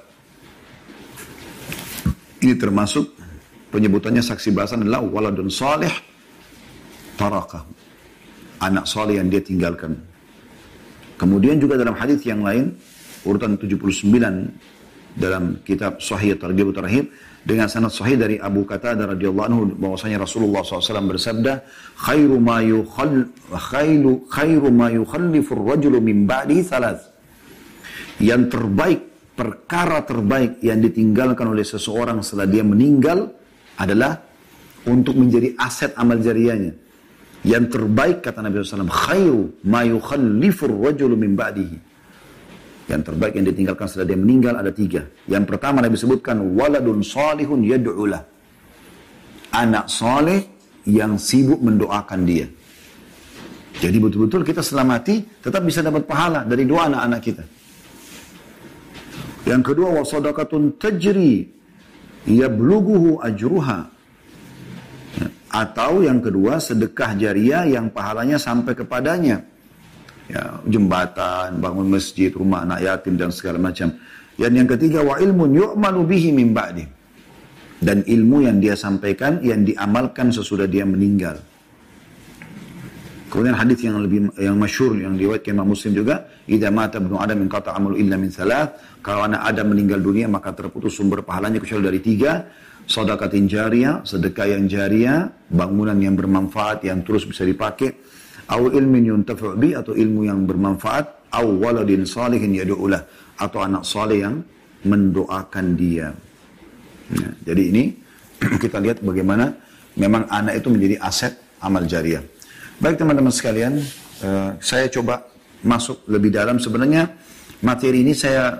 Ini termasuk penyebutannya saksi bahasan adalah waladun salih tarakah, anak saleh yang dia tinggalkan. Kemudian juga dalam hadis yang lain, urutan 79 dalam kitab Sahih Targhib Tarhib dengan sanad sahih dari Abu Qatadah radhiyallahu anhu bahwasanya Rasulullah SAW bersabda, khairu ma yukhallifu ar-rajulu min ba'di thalath, yang terbaik, perkara terbaik yang ditinggalkan oleh seseorang setelah dia meninggal adalah untuk menjadi aset amal jariahnya. Yang terbaik, kata Nabi SAW, khairu ma yukhallifu ar-rajulu min ba'dihi, yang terbaik yang ditinggalkan setelah dia meninggal ada 3. Yang pertama Nabi sebutkan, waladun salihun yad'ulah, anak saleh yang sibuk mendoakan dia. Jadi betul-betul kita setelah mati tetap bisa dapat pahala dari doa anak-anak kita. Yang kedua, wa sadaqatun tajri yablughuhu ajruha, atau yang kedua, sedekah jariah yang pahalanya sampai kepadanya. Ya, jembatan, bangun masjid, rumah anak yatim, dan segala macam. Dan yang ketiga, wa ilmun yu'malu bihi min ba'di, dan ilmu yang dia sampaikan, yang diamalkan sesudah dia meninggal. Kemudian hadis yang masyhur yang diriwayatkan Imam Muslim juga, idza mata ibnu adam inqata amalu illa min thalath, kalau anak Adam meninggal dunia maka terputus sumber pahalanya kecuali dari 3, sedekatin jariyah, sedekah yang jariyah, bangunan yang bermanfaat yang terus bisa dipakai, au ilmin yuntafa' bi, atau ilmu yang bermanfaat, au waladin salihin yad'ulah, atau anak saleh yang mendoakan dia. Ya, jadi ini kita lihat bagaimana memang anak itu menjadi aset amal jariah. Baik teman-teman sekalian, saya coba masuk lebih dalam. Sebenarnya materi ini saya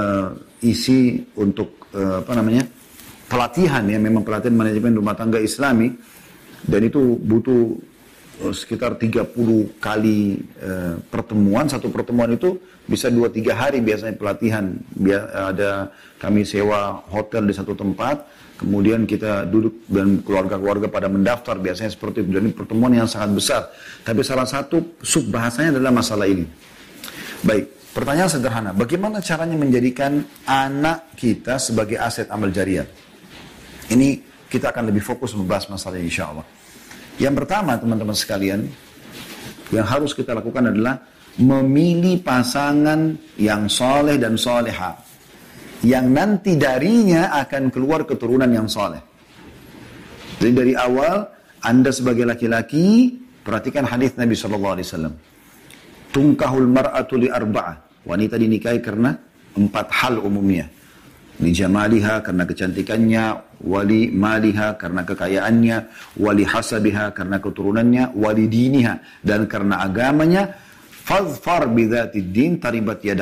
isi untuk pelatihan, ya, memang pelatihan manajemen rumah tangga Islami, dan itu butuh sekitar 30 kali pertemuan. Satu pertemuan itu bisa 2-3 hari biasanya pelatihan. Ada kami sewa hotel di satu tempat, kemudian kita duduk dan keluarga-keluarga pada mendaftar, biasanya seperti itu. Jadi pertemuan yang sangat besar. Tapi salah satu sub bahasanya adalah masalah ini. Baik, pertanyaan sederhana, bagaimana caranya menjadikan anak kita sebagai aset amal jariah? Ini kita akan lebih fokus membahas masalah ini, insya Allah. Yang pertama, teman-teman sekalian, yang harus kita lakukan adalah memilih pasangan yang soleh dan soleha, yang nanti darinya akan keluar keturunan yang soleh. Jadi dari awal, Anda sebagai laki-laki, perhatikan hadis Nabi SAW. Tunkahul mar'atu li arba'ah. Wanita dinikahi karena 4 hal umumnya. Li jamaliha, karena kecantikannya, wali maliha, karena kekayaannya, wali hasabiha, karena keturunannya, wali diniha, dan karena agamanya. Fadfar bidhatid din taribat yadak.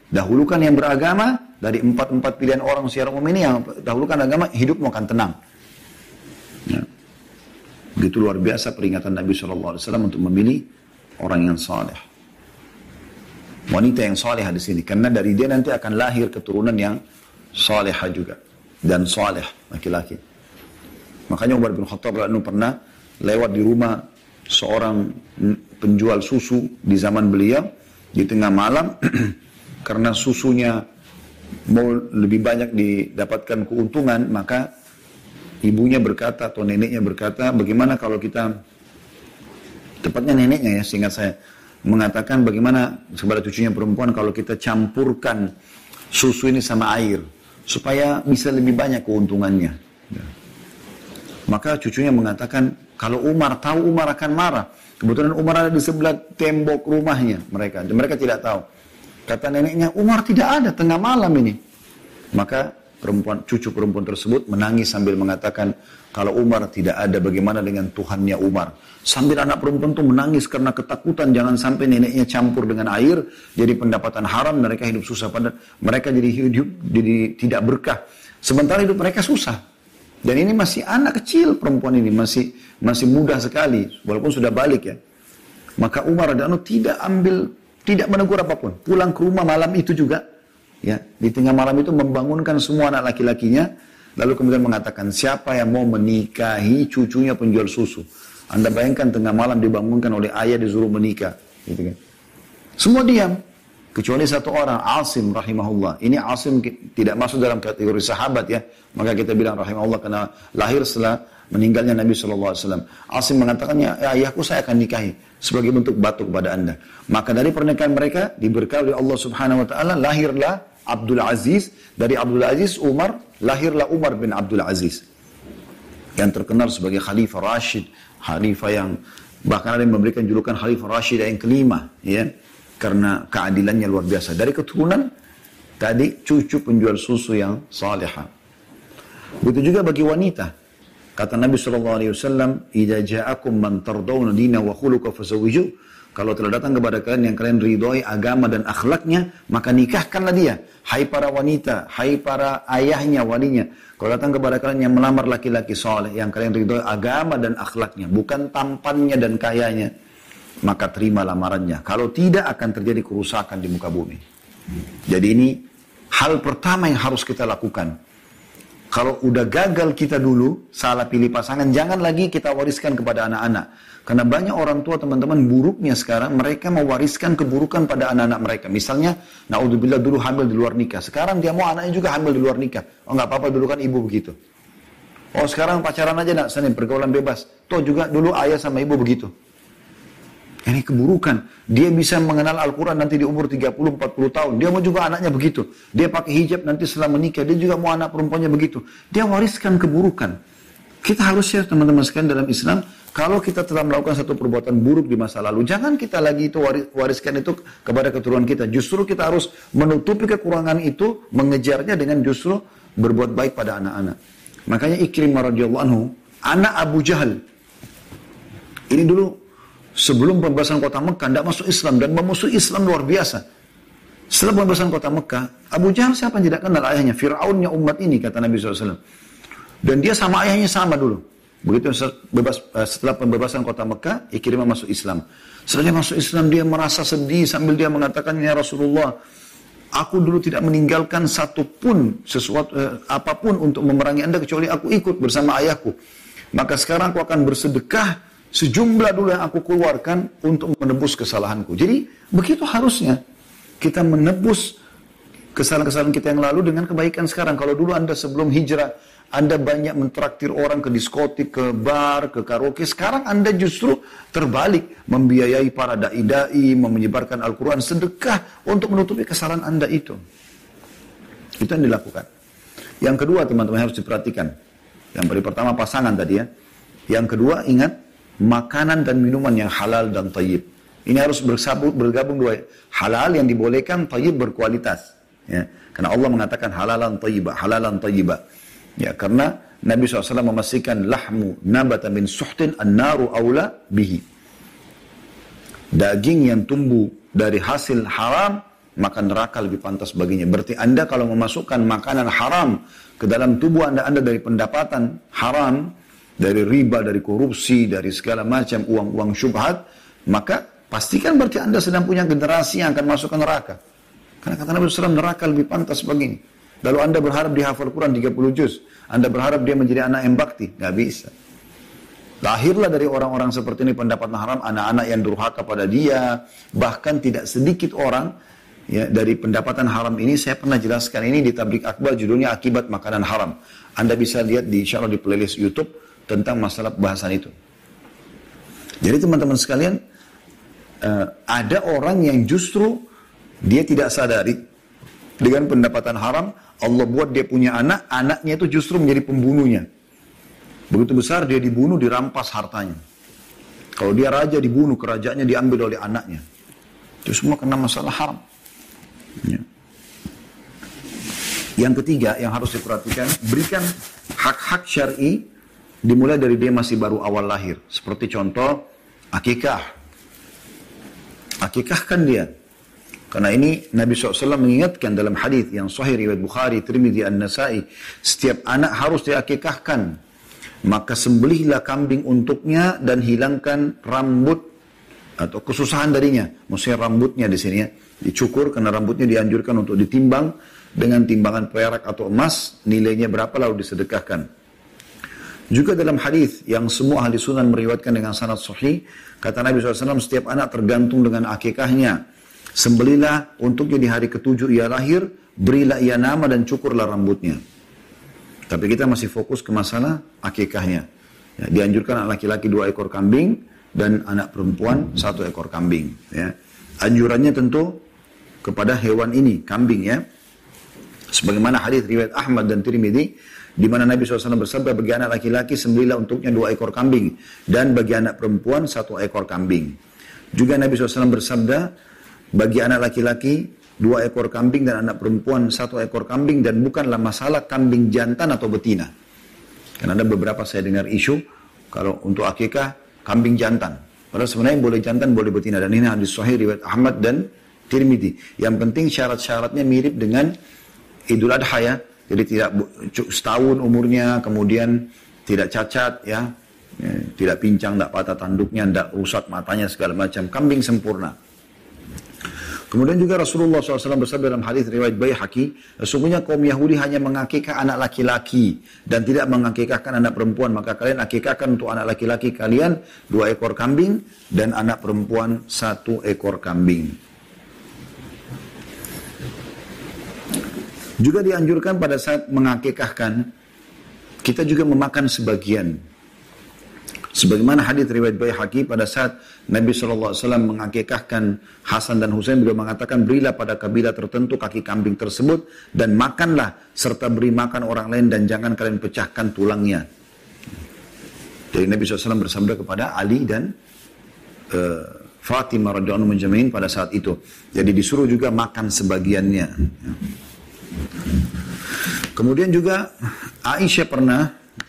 Dahulukan yang beragama dari empat pilihan orang secara umum ini, yang dahulukan agama, hidupmu akan tenang. Ya. Begitu luar biasa peringatan Nabi SAW untuk memilih orang yang saleh. Wanita yang salehah di sini, karena dari dia nanti akan lahir keturunan yang salehah juga, dan saleh laki-laki. Makanya Umar bin Khattab pernah lewat di rumah seorang penjual susu di zaman beliau di tengah malam. Karena susunya mau lebih banyak didapatkan keuntungan, maka ibunya berkata atau neneknya berkata, bagaimana kalau kita, tepatnya neneknya ya, seingat saya, mengatakan bagaimana kepada cucunya perempuan kalau kita campurkan susu ini sama air, supaya bisa lebih banyak keuntungannya. Maka cucunya mengatakan, kalau Umar tahu, Umar akan marah. Kebetulan Umar ada di sebelah tembok rumahnya mereka tidak tahu. Kata neneknya, Umar tidak ada tengah malam ini. Maka cucu perempuan tersebut menangis sambil mengatakan, kalau Umar tidak ada, bagaimana dengan Tuhannya Umar? Sambil anak perempuan itu menangis karena ketakutan jangan sampai neneknya campur dengan air, jadi pendapatan haram, mereka hidup susah. Mereka jadi tidak berkah. Sementara hidup mereka susah. Dan ini masih anak kecil, perempuan ini masih muda sekali, walaupun sudah balik ya. Maka Umar radhiyallahu anhu tidak menegur apapun. Pulang ke rumah malam itu juga, ya, di tengah malam itu membangunkan semua anak laki-lakinya, lalu kemudian mengatakan, siapa yang mau menikahi cucunya penjual susu? Anda bayangkan tengah malam dibangunkan oleh ayah disuruh menikah, gitu kan? Semua diam, kecuali satu orang, Asim rahimahullah. Ini Asim tidak masuk dalam kategori sahabat ya, maka kita bilang rahimahullah karena lahir setelah meninggalnya Nabi SAW. Asim mengatakan, ya ayahku saya akan nikahi sebagai bentuk batu kepada anda. Maka dari pernikahan mereka diberkahi oleh Allah Subhanahu Wa Taala, lahirlah Abdul Aziz. Dari Abdul Aziz Umar, lahirlah Umar bin Abdul Aziz yang terkenal sebagai Khalifah Rashid, Khalifah yang bahkan ada yang memberikan julukan Khalifah Rashid yang kelima, ya, karena keadilannya luar biasa. Dari keturunan tadi cucu penjual susu yang salihah. Begitu juga bagi wanita. Kata Nabi SAW, "Idza ja'akum man tardawna dina wa khuluqa fazawwiju." Kalau telah datang kepada kalian yang kalian ridhoi agama dan akhlaknya, maka nikahkanlah dia. Hai para wanita, hai para ayahnya, walinya. Kalau datang kepada kalian yang melamar laki-laki saleh, yang kalian ridhoi agama dan akhlaknya, bukan tampannya dan kayanya, maka terima lamarannya. Kalau tidak, akan terjadi kerusakan di muka bumi. Jadi ini hal pertama yang harus kita lakukan. Kalau udah gagal kita dulu, salah pilih pasangan, jangan lagi kita wariskan kepada anak-anak. Karena banyak orang tua, teman-teman, buruknya sekarang, mereka mewariskan keburukan pada anak-anak mereka. Misalnya, naudzubillah dulu hamil di luar nikah. Sekarang dia mau anaknya juga hamil di luar nikah. Oh nggak apa-apa, dulu kan ibu begitu. Oh sekarang pacaran aja nak, senin pergaulan bebas. Toh juga dulu ayah sama ibu begitu. Ini keburukan. Dia bisa mengenal Al-Quran nanti di umur 30-40 tahun. Dia mau juga anaknya begitu. Dia pakai hijab nanti setelah menikah. Dia juga mau anak perempuannya begitu. Dia wariskan keburukan. Kita harus share teman-teman sekalian dalam Islam. Kalau kita telah melakukan satu perbuatan buruk di masa lalu, jangan kita lagi itu wariskan itu kepada keturunan kita. Justru kita harus menutupi kekurangan itu, mengejarnya dengan justru berbuat baik pada anak-anak. Makanya Ikrimah radhiyallahu anhu, anak Abu Jahal. Ini dulu sebelum pembebasan kota Mekah, tidak masuk Islam dan memusuhi Islam luar biasa. Setelah pembebasan kota Mekah, Abu Jahal siapa yang tidak kenal ayahnya? Fir'aunnya umat ini, kata Nabi SAW. Dan dia sama ayahnya sama dulu. Begitu setelah pembebasan kota Mekah, Ikrimah masuk Islam. Setelah dia masuk Islam, dia merasa sedih sambil dia mengatakan, ya Rasulullah, aku dulu tidak meninggalkan satupun apapun untuk memerangi anda kecuali aku ikut bersama ayahku. Maka sekarang aku akan bersedekah sejumlah dulu yang aku keluarkan untuk menebus kesalahanku. Jadi begitu harusnya kita menebus kesalahan-kesalahan kita yang lalu dengan kebaikan sekarang. Kalau dulu anda sebelum hijrah, anda banyak mentraktir orang ke diskotik, ke bar, ke karaoke. Sekarang anda justru terbalik, membiayai para da'i-da'i, menyebarkan Al-Quran, sedekah untuk menutupi kesalahan anda itu. Itu yang dilakukan. Yang kedua teman-teman harus diperhatikan. Yang pertama pasangan tadi ya. Yang kedua ingat, makanan dan minuman yang halal dan thayyib. Ini harus bergabung dua. Halal yang dibolehkan, thayyib berkualitas. Ya. Karena Allah mengatakan halalan thayyibah, halalan thayyibah. Ya, karena Nabi SAW memastikan lahmu nabata min suhtin an-naru aula bihi. Daging yang tumbuh dari hasil haram, maka neraka lebih pantas baginya. Berarti Anda kalau memasukkan makanan haram ke dalam tubuh Anda dari pendapatan haram, dari riba, dari korupsi, dari segala macam uang-uang syubhat, maka pastikan berarti Anda sedang punya generasi yang akan masuk ke neraka. Karena kata Nabi SAW, neraka lebih pantas baginya. Lalu Anda berharap dia hafal Quran 30 juz. Anda berharap dia menjadi anak yang bakti. Nggak bisa. Lahirlah dari orang-orang seperti ini pendapatan haram, anak-anak yang durhaka pada dia. Bahkan tidak sedikit orang ya, dari pendapatan haram ini, saya pernah jelaskan ini di Tabligh Akbar, judulnya Akibat Makanan Haram. Anda bisa lihat insya Allah di playlist YouTube tentang masalah bahasan itu. Jadi teman-teman sekalian, ada orang yang justru dia tidak sadari dengan pendapatan haram, Allah buat dia punya anak, anaknya itu justru menjadi pembunuhnya. Begitu besar dia dibunuh, dirampas hartanya. Kalau dia raja dibunuh, kerajaannya diambil oleh anaknya. Itu semua karena masalah haram. Ya. Yang ketiga yang harus diperhatikan, berikan hak-hak syar'i dimulai dari dia masih baru awal lahir. Seperti contoh, akikah. Akikahkan dia. Karena ini Nabi SAW mengingatkan dalam hadis yang sahih riwayat Bukhari, Tirmidzi, An-Nasa'i, setiap anak harus diakikahkan. Maka sembelihlah kambing untuknya dan hilangkan rambut atau kesusahan darinya. Maksudnya rambutnya di sini ya, dicukur karena rambutnya dianjurkan untuk ditimbang dengan timbangan perak atau emas, nilainya berapa lalu disedekahkan. Juga dalam hadis yang semua ahli sunan meriwayatkan dengan sanad sahih, kata Nabi SAW, setiap anak tergantung dengan akikahnya. Sembelilah untuknya di hari ke-7 ia lahir, berilah ia nama dan cukurlah rambutnya. Tapi kita masih fokus ke masalah akikahnya. Ya, dianjurkan anak laki-laki 2 ekor kambing dan anak perempuan 1 ekor kambing. Ya. Anjurannya tentu kepada hewan ini, kambing ya. Sebagaimana hadis riwayat Ahmad dan Tirmidzi, di mana Nabi SAW bersabda, bagi anak laki-laki sembelilah untuknya 2 ekor kambing dan bagi anak perempuan 1 ekor kambing. Juga Nabi SAW bersabda, bagi anak laki-laki 2 ekor kambing dan anak perempuan 1 ekor kambing, dan bukanlah masalah kambing jantan atau betina. Karena ada beberapa saya dengar isu kalau untuk akikah kambing jantan. Padahal sebenarnya boleh jantan, boleh betina, dan ini hadis sahih riwayat Ahmad dan Tirmidzi. Yang penting syarat-syaratnya mirip dengan Idul Adha ya. Jadi tidak setahun umurnya, kemudian tidak cacat ya, tidak pincang, tidak patah tanduknya, tidak rusak matanya segala macam. Kambing sempurna. Kemudian juga Rasulullah SAW bersabda dalam hadis riwayat Baihaqi, sesungguhnya kaum Yahudi hanya mengakikah anak laki-laki dan tidak mengakikahkan anak perempuan. Maka kalian akikahkan untuk anak laki-laki kalian 2 ekor kambing dan anak perempuan 1 ekor kambing. Juga dianjurkan pada saat mengakikahkan, kita juga memakan sebagian. Sebagaimana hadis riwayat Baihaqi, pada saat Nabi SAW mengakikahkan Hasan dan Husain, beliau mengatakan, berilah pada kabilah tertentu kaki kambing tersebut dan makanlah serta beri makan orang lain dan jangan kalian pecahkan tulangnya. Jadi Nabi SAW bersabda kepada Ali dan Fatimah radhiyallahu anha pada saat itu. Jadi disuruh juga makan sebagiannya. Kemudian juga Aisyah pernah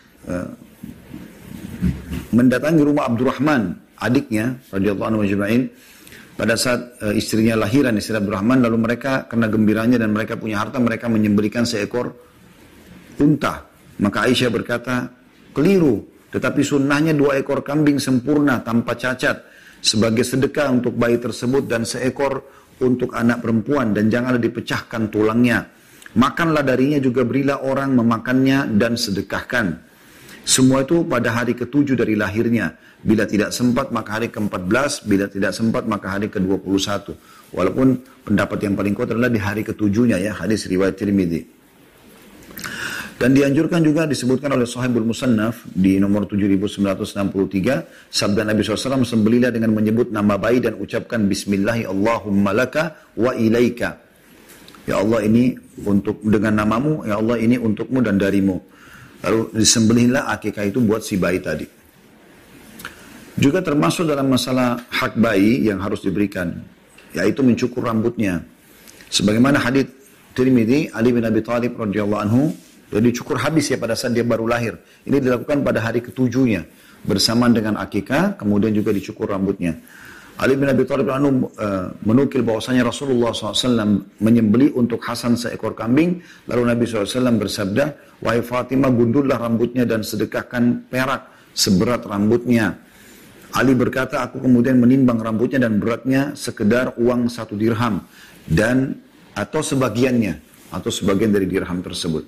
mendatangi rumah Abdurrahman, adiknya radhiyallahu anhu ajma'in, pada saat istrinya lahiran, istri Abdurrahman, lalu mereka karena gembiranya dan mereka punya harta, mereka menyembelihkan seekor unta. Maka Aisyah berkata, keliru, tetapi sunnahnya 2 ekor kambing sempurna tanpa cacat sebagai sedekah untuk bayi tersebut dan seekor untuk anak perempuan, dan janganlah dipecahkan tulangnya. Makanlah darinya, juga berilah orang memakannya dan sedekahkan. Semua itu pada hari ke-7 dari lahirnya. Bila tidak sempat maka hari ke-14, bila tidak sempat maka hari ke-21. Walaupun pendapat yang paling kuat adalah di hari ke-7-nya ya, hadis riwayat Tirmidzi. Dan dianjurkan juga disebutkan oleh Shahibul Musannaf di nomor 7963, sabda Nabi SAW, sembelilah dengan menyebut nama bayi dan ucapkan Bismillahi Allahumma laka wa ilaika. Ya Allah, ini untuk dengan namamu, ya Allah ini untukmu dan darimu. Lalu disembelihlah akikah itu buat si bayi tadi. Juga termasuk dalam masalah hak bayi yang harus diberikan, yaitu mencukur rambutnya. Sebagaimana hadis Tirmidzi, Ali bin Abi Thalib radhiyallahu anhu, dia dicukur habis ya pada saat dia baru lahir. Ini dilakukan pada hari ke-7-nya bersamaan dengan akikah, kemudian juga dicukur rambutnya. Ali bin Abi Thalib menukil bahwasanya Rasulullah SAW menyembelih untuk Hasan seekor kambing. Lalu Nabi SAW bersabda, wahai Fatimah, gundullah rambutnya dan sedekahkan perak seberat rambutnya. Ali berkata, aku kemudian menimbang rambutnya dan beratnya sekedar uang 1 dirham dan atau sebagiannya atau sebagian dari dirham tersebut.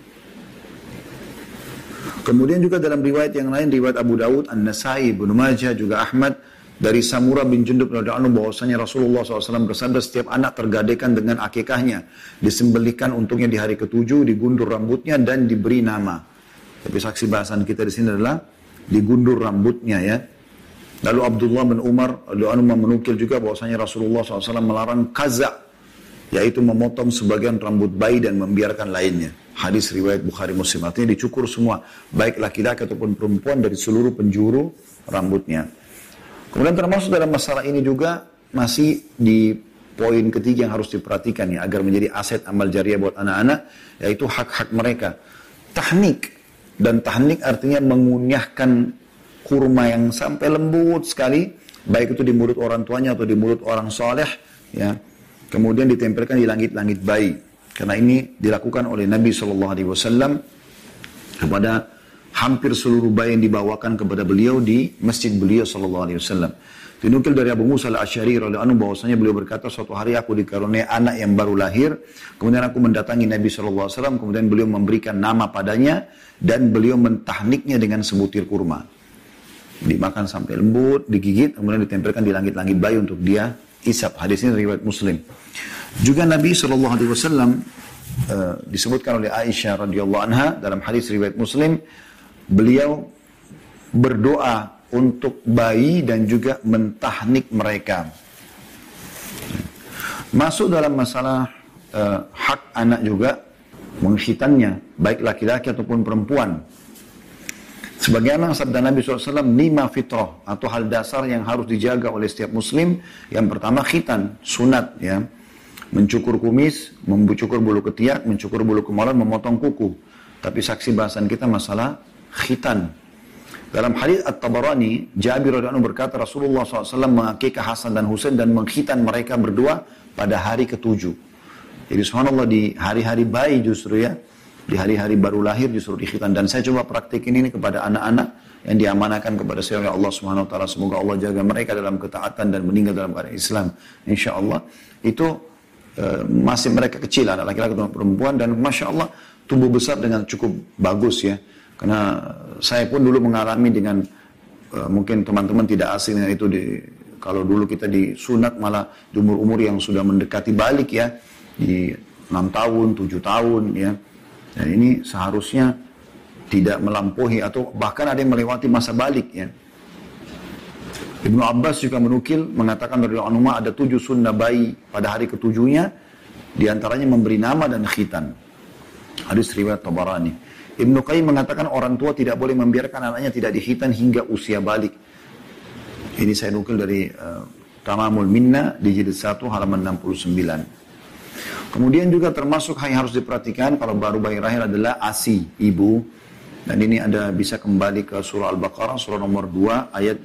Kemudian juga dalam riwayat yang lain, riwayat Abu Dawud, An-Nasai, Ibnu Majah, juga Ahmad, dari Samurah bin Jundub radhiyallahu anhu bahwasanya Rasulullah SAW bersabda, setiap anak tergadaikan dengan akikahnya, disembelihkan untuknya di hari ke-7, digundur rambutnya dan diberi nama. Tapi saksi bahasan kita di sini adalah digundur rambutnya ya. Lalu Abdullah bin Umar radhiyallahu anhu menukil juga bahwasanya Rasulullah SAW melarang qaza, yaitu memotong sebagian rambut bayi dan membiarkan lainnya. Hadis riwayat Bukhari Muslim, artinya dicukur semua, baik laki-laki ataupun perempuan dari seluruh penjuru rambutnya. Kemudian termasuk dalam masalah ini juga masih di poin ketiga yang harus diperhatikan ya, agar menjadi aset amal jariah buat anak-anak, yaitu hak-hak mereka. Tahnik, dan tahnik artinya mengunyahkan kurma yang sampai lembut sekali, baik itu di mulut orang tuanya atau di mulut orang soleh, ya. Kemudian ditempelkan di langit-langit bayi. Karena ini dilakukan oleh Nabi SAW kepada hampir seluruh bayi yang dibawakan kepada beliau di masjid beliau SAW. Dinukil dari Abu Musa al-Asy'ari radhiyallahu anhu bahwasanya beliau berkata, suatu hari aku dikaruniai anak yang baru lahir, kemudian aku mendatangi Nabi SAW, kemudian beliau memberikan nama padanya dan beliau mentahniknya dengan sebutir kurma. Dimakan sampai lembut, digigit, kemudian ditempelkan di langit-langit bayi untuk dia isap. Hadis ini riwayat Muslim. Juga Nabi SAW disebutkan oleh Aisyah radhiyallahu anha dalam hadis riwayat Muslim, beliau berdoa untuk bayi dan juga mentahnik mereka. Masuk dalam masalah hak anak juga, mengkhitannya, baik laki-laki ataupun perempuan. Sebagaimana sabda Nabi SAW, 5 fitrah atau hal dasar yang harus dijaga oleh setiap muslim. Yang pertama khitan, sunat ya. Mencukur kumis, mencukur bulu ketiak, mencukur bulu kemaluan, memotong kuku. Tapi saksi bahasan kita masalah khitan. Dalam hadis At-Tabarani, Jabir radhiyallahu anhu berkata, Rasulullah SAW mengakikah Hasan dan Husain dan mengkhitan mereka berdua pada hari ke-7. Jadi subhanallah, di hari-hari bayi justru ya, di hari-hari baru lahir justru dikhitan. Dan saya coba praktikin ini kepada anak-anak yang diamanakan kepada saya oleh Allah Subhanahu wa taala. Semoga Allah jaga mereka dalam ketaatan dan meninggal dalam keadaan Islam. Insyaallah itu masih mereka kecil, anak laki-laki atau perempuan, dan masya Allah tumbuh besar dengan cukup bagus ya. Karena saya pun dulu mengalami dengan mungkin teman-teman tidak asing dengan itu, kalau dulu kita disunat malah di umur-umur yang sudah mendekati balik ya, di 6 tahun, 7 tahun ya. Dan ini seharusnya tidak melampaui atau bahkan ada yang melewati masa balik ya. Ibnu Abbas juga menukil mengatakan dari anhu ada 7 sunnah bayi pada hari ke-7-nya, diantaranya memberi nama dan khitan. Hadis riwayat Tabarani. Ibnu Qayyim mengatakan orang tua tidak boleh membiarkan anaknya tidak dikhitan hingga usia balik. Ini saya nukil dari Tamamul Minna di jilid 1 halaman 69. Kemudian juga termasuk hal yang harus diperhatikan kalau baru bayi lahir adalah ASI ibu. Dan ini ada bisa kembali ke surah Al-Baqarah, surah nomor 2, ayat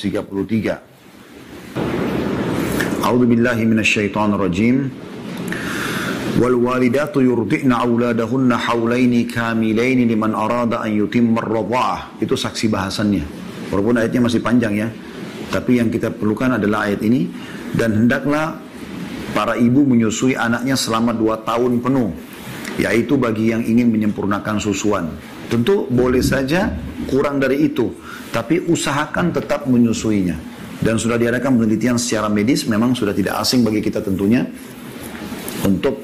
233. A'udzu billahi minasyaitonir rajim. Wal walidatu yurdi'na auladahunna haulaini kamilaini liman arada an yutimma ar-radha'ah. Itu saksi bahasannya. Walaupun ayatnya masih panjang ya. Tapi yang kita perlukan adalah ayat ini. Dan hendaklah para ibu menyusui anaknya selama 2 tahun penuh. Yaitu bagi yang ingin menyempurnakan susuan. Tentu boleh saja kurang dari itu, tapi usahakan tetap menyusuinya. Dan sudah diadakan penelitian secara medis, memang sudah tidak asing bagi kita tentunya untuk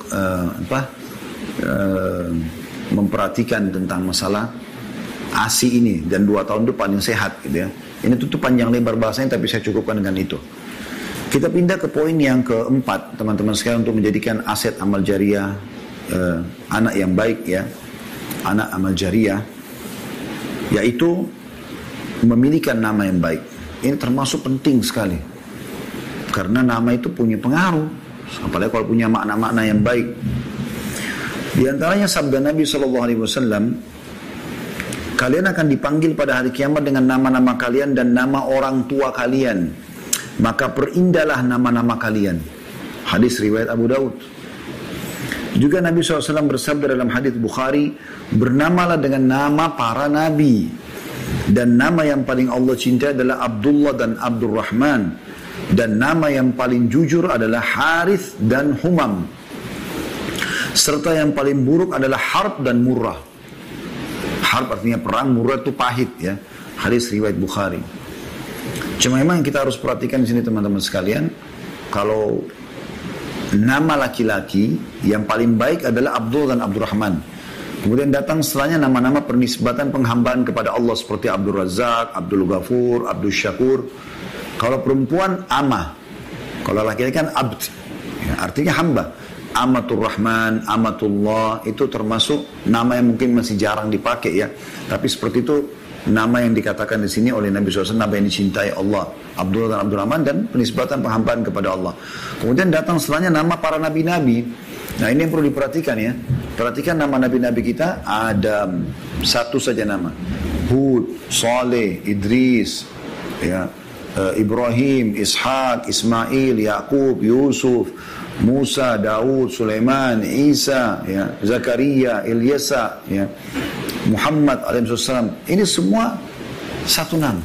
memperhatikan tentang masalah ASI ini. Dan 2 tahun itu paling sehat gitu ya. Ini tutup panjang lebar bahasanya, tapi saya cukupkan dengan itu. Kita pindah ke poin yang keempat, teman-teman sekalian, untuk menjadikan aset amal jariah anak yang baik ya. Anak amal jariah, yaitu memiliki nama yang baik. Ini termasuk penting sekali, karena nama itu punya pengaruh, apalagi kalau punya makna-makna yang baik. Di antaranya sabda Nabi SAW, kalian akan dipanggil pada hari kiamat dengan nama-nama kalian dan nama orang tua kalian. maka perindahlah nama-nama kalian. Hadis riwayat Abu Daud. Juga Nabi SAW bersabda dalam hadis Bukhari, bernamalah dengan nama para nabi. Dan nama yang paling Allah cintai adalah Abdullah dan Abdurrahman. Dan nama yang paling jujur adalah Harith dan Humam. Serta yang paling buruk adalah Harb dan Murrah. Harb artinya perang, Murrah itu pahit ya. Hadis riwayat Bukhari. Cuma memang kita harus perhatikan di sini teman-teman sekalian, kalau nama laki-laki yang paling baik adalah Abdul dan Abdurrahman. Kemudian datang setelahnya nama-nama pernisbatan penghambaan kepada Allah seperti Abdul Razak, Abdul Ghafur, Abdul Syakur. Kalau perempuan Amah, kalau laki-laki kan Abd, ya, artinya hamba. Amatul Rahman, Amatullah, itu termasuk nama yang mungkin masih jarang dipakai ya. Tapi seperti itu nama yang dikatakan di sini oleh Nabi SAW, nama yang dicintai Allah, Abdullah dan Abdurrahman, dan penisbatan penghambaan kepada Allah. Kemudian datang setelahnya nama para nabi-nabi. Nah ini yang perlu diperhatikan ya. Perhatikan nama nabi-nabi kita, Adam, satu saja nama. Hud, Saleh, Idris, ya, Ibrahim, Ishak, Ismail, Yakub, Yusuf, Musa, Daud, Sulaiman, Isa, ya, Zakaria, Ilyasa, ya, Muhammad alaihissalam. Ini semua satu nama.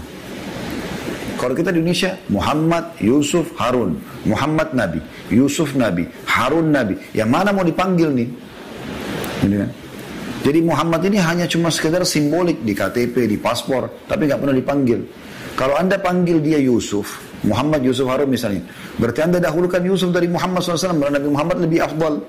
Kalau kita di Indonesia, Muhammad, Yusuf, Harun. Muhammad Nabi, Yusuf Nabi, Harun Nabi. Yang mana mau dipanggil nih? Gitu kan? Jadi Muhammad ini hanya cuma sekedar simbolik di KTP, di paspor, tapi nggak pernah dipanggil. Kalau Anda panggil dia Yusuf, Muhammad Yusuf Harun misalnya, berarti Anda dahulukan Yusuf dari Muhammad SAW, karena Nabi Muhammad lebih afdal.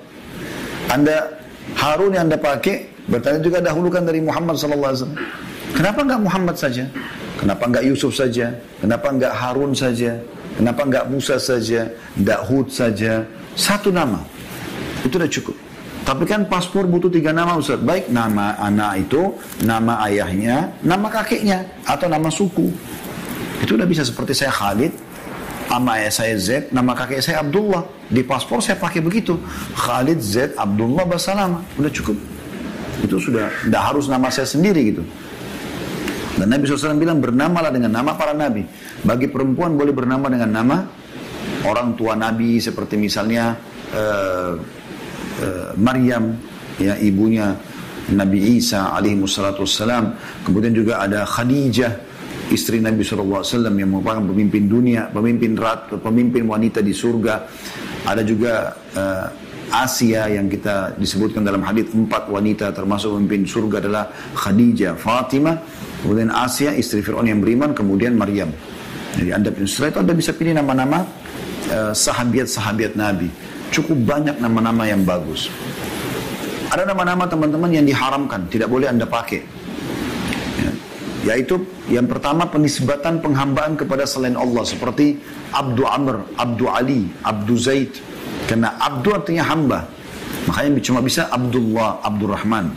Anda Harun yang Anda pakai, berarti Anda juga dahulukan dari Muhammad SAW. Kenapa enggak Muhammad saja? Kenapa enggak Yusuf saja? Kenapa enggak Harun saja? Kenapa enggak Musa saja? Daud saja? Satu nama, itu sudah cukup. Tapi kan paspor butuh 3 nama Ustaz. Baik nama anak itu, nama ayahnya, nama kakeknya, atau nama suku. Itu udah bisa. Seperti saya Khalid, nama ayah saya Z, nama kakek saya Abdullah. Di paspor saya pakai begitu, Khalid Z Abdullah Basalama. Udah cukup. Itu sudah, tidak harus nama saya sendiri gitu. Dan Nabi SAW bilang bernamalah dengan nama para nabi. Bagi perempuan boleh bernama dengan nama orang tua nabi, seperti misalnya Maryam, ya, ibunya Nabi Isa alaihi wassalatu wassalam. Kemudian juga ada Khadijah, istri Nabi SAW yang merupakan pemimpin dunia, pemimpin wanita di surga. Ada juga Asia yang kita disebutkan dalam hadis 4 wanita termasuk pemimpin surga adalah Khadijah, Fatimah, kemudian Asia istri Fir'aun yang beriman, kemudian Maryam. Jadi setelah itu Anda bisa pilih nama-nama sahabiat-sahabiat Nabi. Cukup banyak nama-nama yang bagus. Ada nama-nama teman-teman yang diharamkan, tidak boleh Anda pakai. Yaitu yang pertama penisbatan penghambaan kepada selain Allah, seperti Abdu Amr, Abdu Ali, Abdu Zaid. Karena Abdu artinya hamba, makanya cuma bisa Abdullah, Abdurrahman.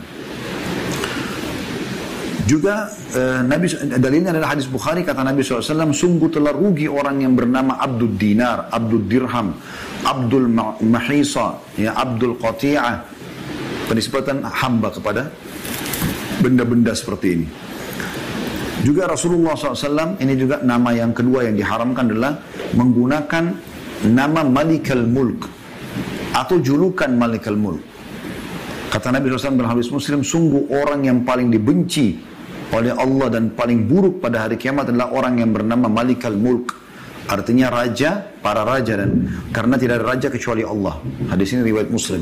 Juga dalilnya adalah hadis Bukhari, kata Nabi SAW, sungguh telah rugi orang yang bernama Abdul Dinar, Abdul Dirham, Abdul Mahisa, ya, Abdul Qati'ah. Penisbatan hamba kepada benda-benda seperti ini. Juga Rasulullah SAW, ini juga nama yang kedua yang diharamkan adalah menggunakan nama Malikal Mulk atau julukan Malikal Mulk. Kata Nabi SAW dalam hadis Muslim, sungguh orang yang paling dibenci oleh Allah dan paling buruk pada hari kiamat adalah orang yang bernama Malikal Mulk. Artinya raja, para raja, dan karena tidak ada raja kecuali Allah. Hadis ini riwayat Muslim.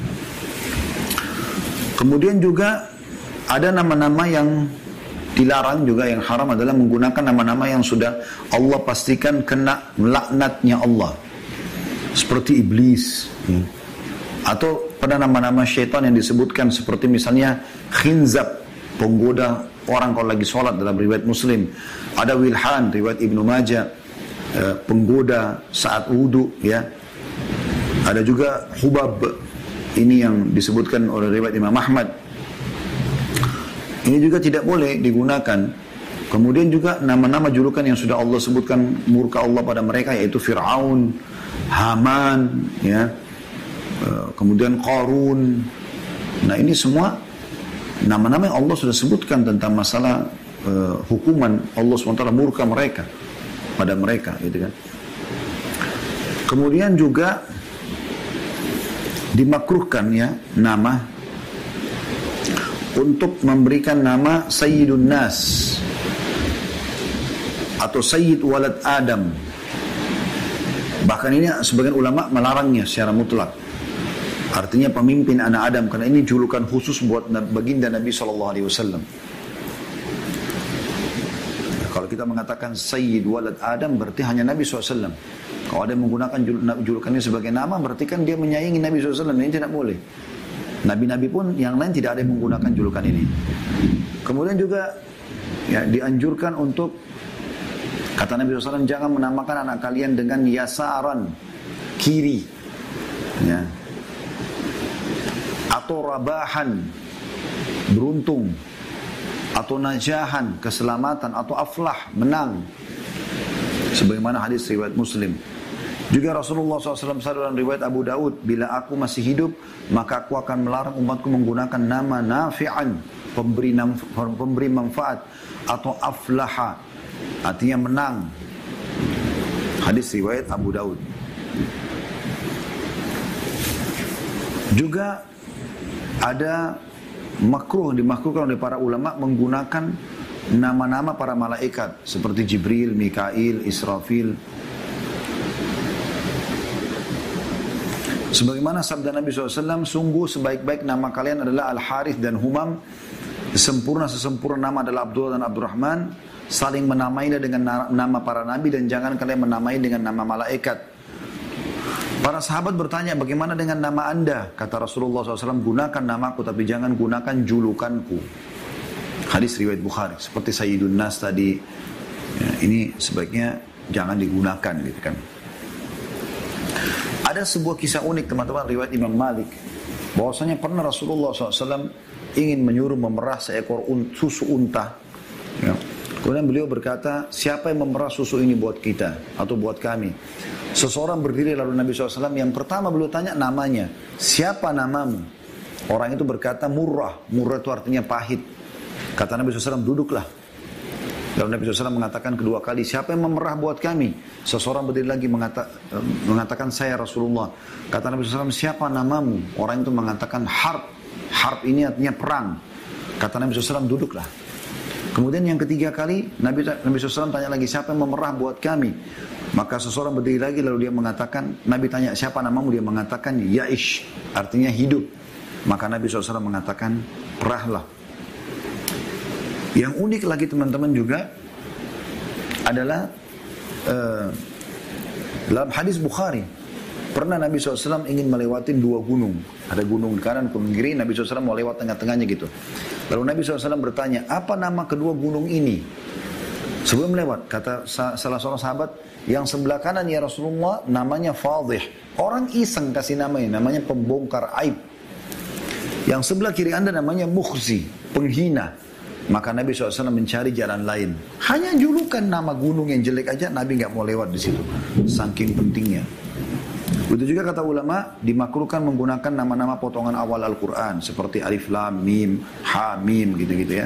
Kemudian juga ada nama-nama yang dilarang juga, yang haram adalah menggunakan nama-nama yang sudah Allah pastikan kena laknatnya Allah. Seperti iblis. Atau pada nama-nama syaitan yang disebutkan seperti misalnya Khinzab, penggoda orang kalau lagi sholat dalam riwayat Muslim. Ada Wilhan, riwayat Ibnu Majah, penggoda saat wudu, ya. Ada juga Hubab, ini yang disebutkan oleh riwayat Imam Ahmad. Ini juga tidak boleh digunakan. Kemudian juga nama-nama julukan yang sudah Allah sebutkan murka Allah pada mereka, yaitu Fir'aun, Haman, ya, kemudian Qarun. Nah ini semua nama-nama yang Allah sudah sebutkan tentang masalah hukuman Allah SWT murka mereka pada mereka, gitu kan. Kemudian juga dimakruhkan ya nama untuk memberikan nama Sayyidun Nas atau Sayyid Walad Adam. Bahkan ini sebagian ulama melarangnya secara mutlak. Artinya pemimpin anak Adam, karena ini julukan khusus buat baginda Nabi SAW. Kalau kita mengatakan Sayyid Walad Adam berarti hanya Nabi SAW. Kalau ada yang menggunakan julukannya sebagai nama berarti kan dia menyayangi Nabi SAW. Ini tidak boleh. Nabi-nabi pun yang lain tidak ada yang menggunakan julukan ini. Kemudian juga ya, dianjurkan untuk, kata Nabi SAW, jangan menamakan anak kalian dengan yasaran, kiri, ya, atau rabahan, beruntung, atau najahan, keselamatan, atau aflah, menang. Sebagaimana hadis riwayat Muslim. Juga Rasulullah SAW dalam riwayat Abu Daud, bila aku masih hidup, maka aku akan melarang umatku menggunakan nama nafi'an, pemberi manfaat, atau aflaha, artinya menang. Hadis riwayat Abu Daud. Juga ada dimakruhkan oleh para ulama menggunakan nama-nama para malaikat seperti Jibril, Mikail, Israfil. Sebagaimana sabda Nabi SAW, sungguh sebaik-baik nama kalian adalah Al-Harith dan Humam. Sesempurna nama adalah Abdullah dan Abdurrahman. Saling menamailah dengan nama para nabi dan jangan kalian menamai dengan nama malaikat. Para sahabat bertanya, bagaimana dengan nama anda? Kata Rasulullah SAW, gunakan namaku tapi jangan gunakan julukanku. Hadis riwayat Bukhari. Seperti Sayyidun Nas tadi, ya, ini sebaiknya jangan digunakan gitu kan. Ada sebuah kisah unik teman-teman riwayat Imam Malik, bahwasanya pernah Rasulullah SAW ingin menyuruh memerah seekor susu unta. Ya. Kemudian beliau berkata, siapa yang memerah susu ini buat kita atau buat kami? Seseorang berdiri lalu Nabi SAW yang pertama beliau tanya namanya, siapa namamu? Orang itu berkata Murrah. Murrah itu artinya pahit. Kata Nabi SAW, duduklah. Lalu Nabi SAW mengatakan kedua kali, siapa yang memerah buat kami? Seseorang berdiri lagi mengatakan saya Rasulullah. Kata Nabi SAW, siapa namamu? Orang itu mengatakan Harb. Harb ini artinya perang. Kata Nabi SAW, duduklah. Kemudian yang ketiga kali Nabi SAW tanya lagi, siapa yang memerah buat kami? Maka seseorang berdiri lagi lalu dia mengatakan, Nabi tanya siapa namamu? Dia mengatakan Ya'ish, artinya hidup. Maka Nabi SAW mengatakan, perahlah. Yang unik lagi teman-teman juga adalah dalam hadis Bukhari, pernah Nabi SAW ingin melewati dua gunung. Ada gunung kanan, gunung kiri, Nabi SAW mau lewat tengah-tengahnya gitu. Lalu Nabi SAW bertanya, apa nama kedua gunung ini? Sebelum lewat, kata salah seorang sahabat, yang sebelah kanan ya Rasulullah namanya Fadih. Orang iseng kasih namanya pembongkar aib. Yang sebelah kiri anda namanya Mukhzi, penghina. Maka Nabi SAW mencari jalan lain. Hanya julukan nama gunung yang jelek aja Nabi nggak mau lewat di situ. Saking pentingnya. Itu juga kata ulama dimakruhkan menggunakan nama-nama potongan awal Al-Quran seperti Alif Lam Mim, Ha Mim gitu-gitu ya.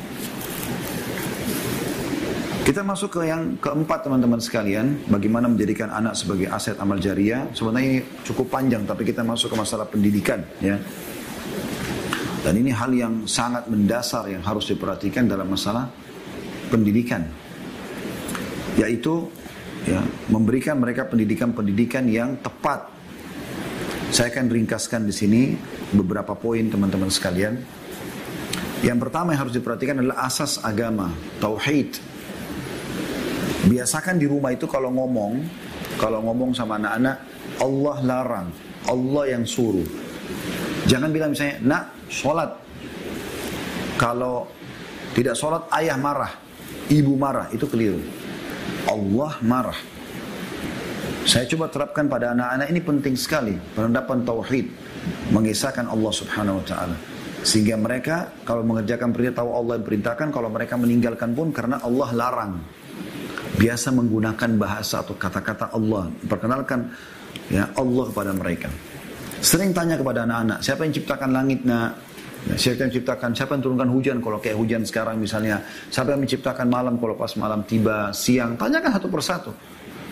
Kita masuk ke yang keempat teman-teman sekalian, bagaimana menjadikan anak sebagai aset amal jariah. Sebenarnya ini cukup panjang tapi kita masuk ke masalah pendidikan ya. Dan ini hal yang sangat mendasar yang harus diperhatikan dalam masalah pendidikan. Yaitu ya, memberikan mereka pendidikan-pendidikan yang tepat. Saya akan ringkaskan di sini beberapa poin teman-teman sekalian. Yang pertama yang harus diperhatikan adalah asas agama, tauhid. Biasakan di rumah itu kalau ngomong sama anak-anak, Allah larang, Allah yang suruh. Jangan bilang misalnya, nak, sholat. Kalau tidak sholat, ayah marah, ibu marah. Itu keliru. Allah marah. Saya coba terapkan pada anak-anak ini penting sekali. Penerapan tauhid. Mengisahkan Allah subhanahu wa ta'ala. Sehingga mereka kalau mengerjakan perintah tahu Allah yang perintahkan. Kalau mereka meninggalkan pun karena Allah larang. Biasa menggunakan bahasa atau kata-kata Allah. Perkenalkan ya Allah kepada mereka. Sering tanya kepada anak-anak, siapa yang ciptakan langit nak? Siapa yang menciptakan, siapa yang turunkan hujan kalau kayak hujan sekarang misalnya. Siapa yang menciptakan malam kalau pas malam tiba, siang. Tanyakan satu persatu.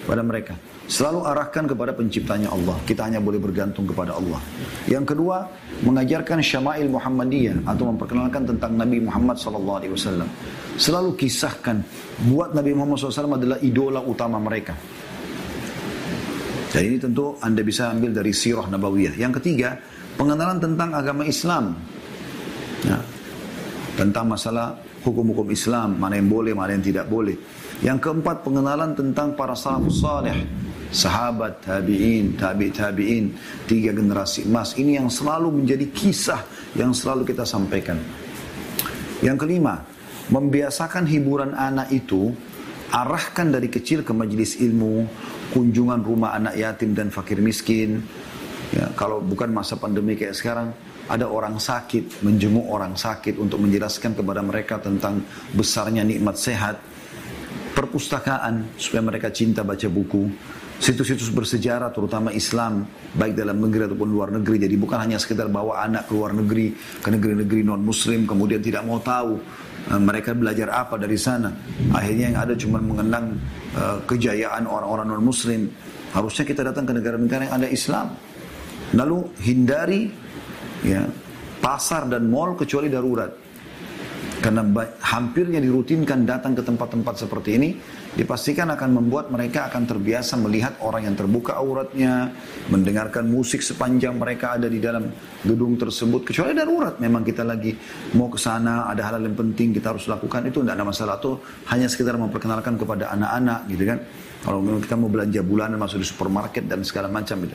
pada mereka. Selalu arahkan kepada penciptanya Allah. Kita hanya boleh bergantung kepada Allah. Yang kedua, mengajarkan syama'il Muhammadiyah atau memperkenalkan tentang Nabi Muhammad SAW. Selalu kisahkan, buat Nabi Muhammad SAW adalah idola utama mereka. Dan ini tentu Anda bisa ambil dari sirah nabawiyah. Yang ketiga, pengenalan tentang agama Islam. Nah, tentang masalah hukum-hukum Islam, mana yang boleh, mana yang tidak boleh. Yang keempat, pengenalan tentang para salafus salih, sahabat, tabi'in, tabi'in, 3 generasi emas. Ini yang selalu menjadi kisah yang selalu kita sampaikan. Yang kelima, membiasakan hiburan anak itu, arahkan dari kecil ke majelis ilmu, kunjungan rumah anak yatim dan fakir miskin. Ya, kalau bukan masa pandemi kayak sekarang, ada orang sakit, menjenguk orang sakit untuk menjelaskan kepada mereka tentang besarnya nikmat sehat. Perpustakaan, supaya mereka cinta baca buku. Situs-situs bersejarah, terutama Islam, baik dalam negeri ataupun luar negeri. Jadi bukan hanya sekedar bawa anak ke luar negeri, ke negeri-negeri non-muslim, kemudian tidak mau tahu mereka belajar apa dari sana. Akhirnya yang ada cuma mengenang kejayaan orang-orang non-muslim. Harusnya kita datang ke negara-negara yang ada Islam. Lalu hindari ya, pasar dan mal kecuali darurat. Karena hampirnya dirutinkan datang ke tempat-tempat seperti ini, dipastikan akan membuat mereka akan terbiasa melihat orang yang terbuka auratnya, mendengarkan musik sepanjang mereka ada di dalam gedung tersebut. Kecuali darurat, memang kita lagi mau ke sana, ada hal-hal yang penting kita harus lakukan, itu tidak ada masalah. Itu hanya sekedar memperkenalkan kepada anak-anak gitu kan. Kalau kita mau belanja bulanan masuk di supermarket dan segala macam itu.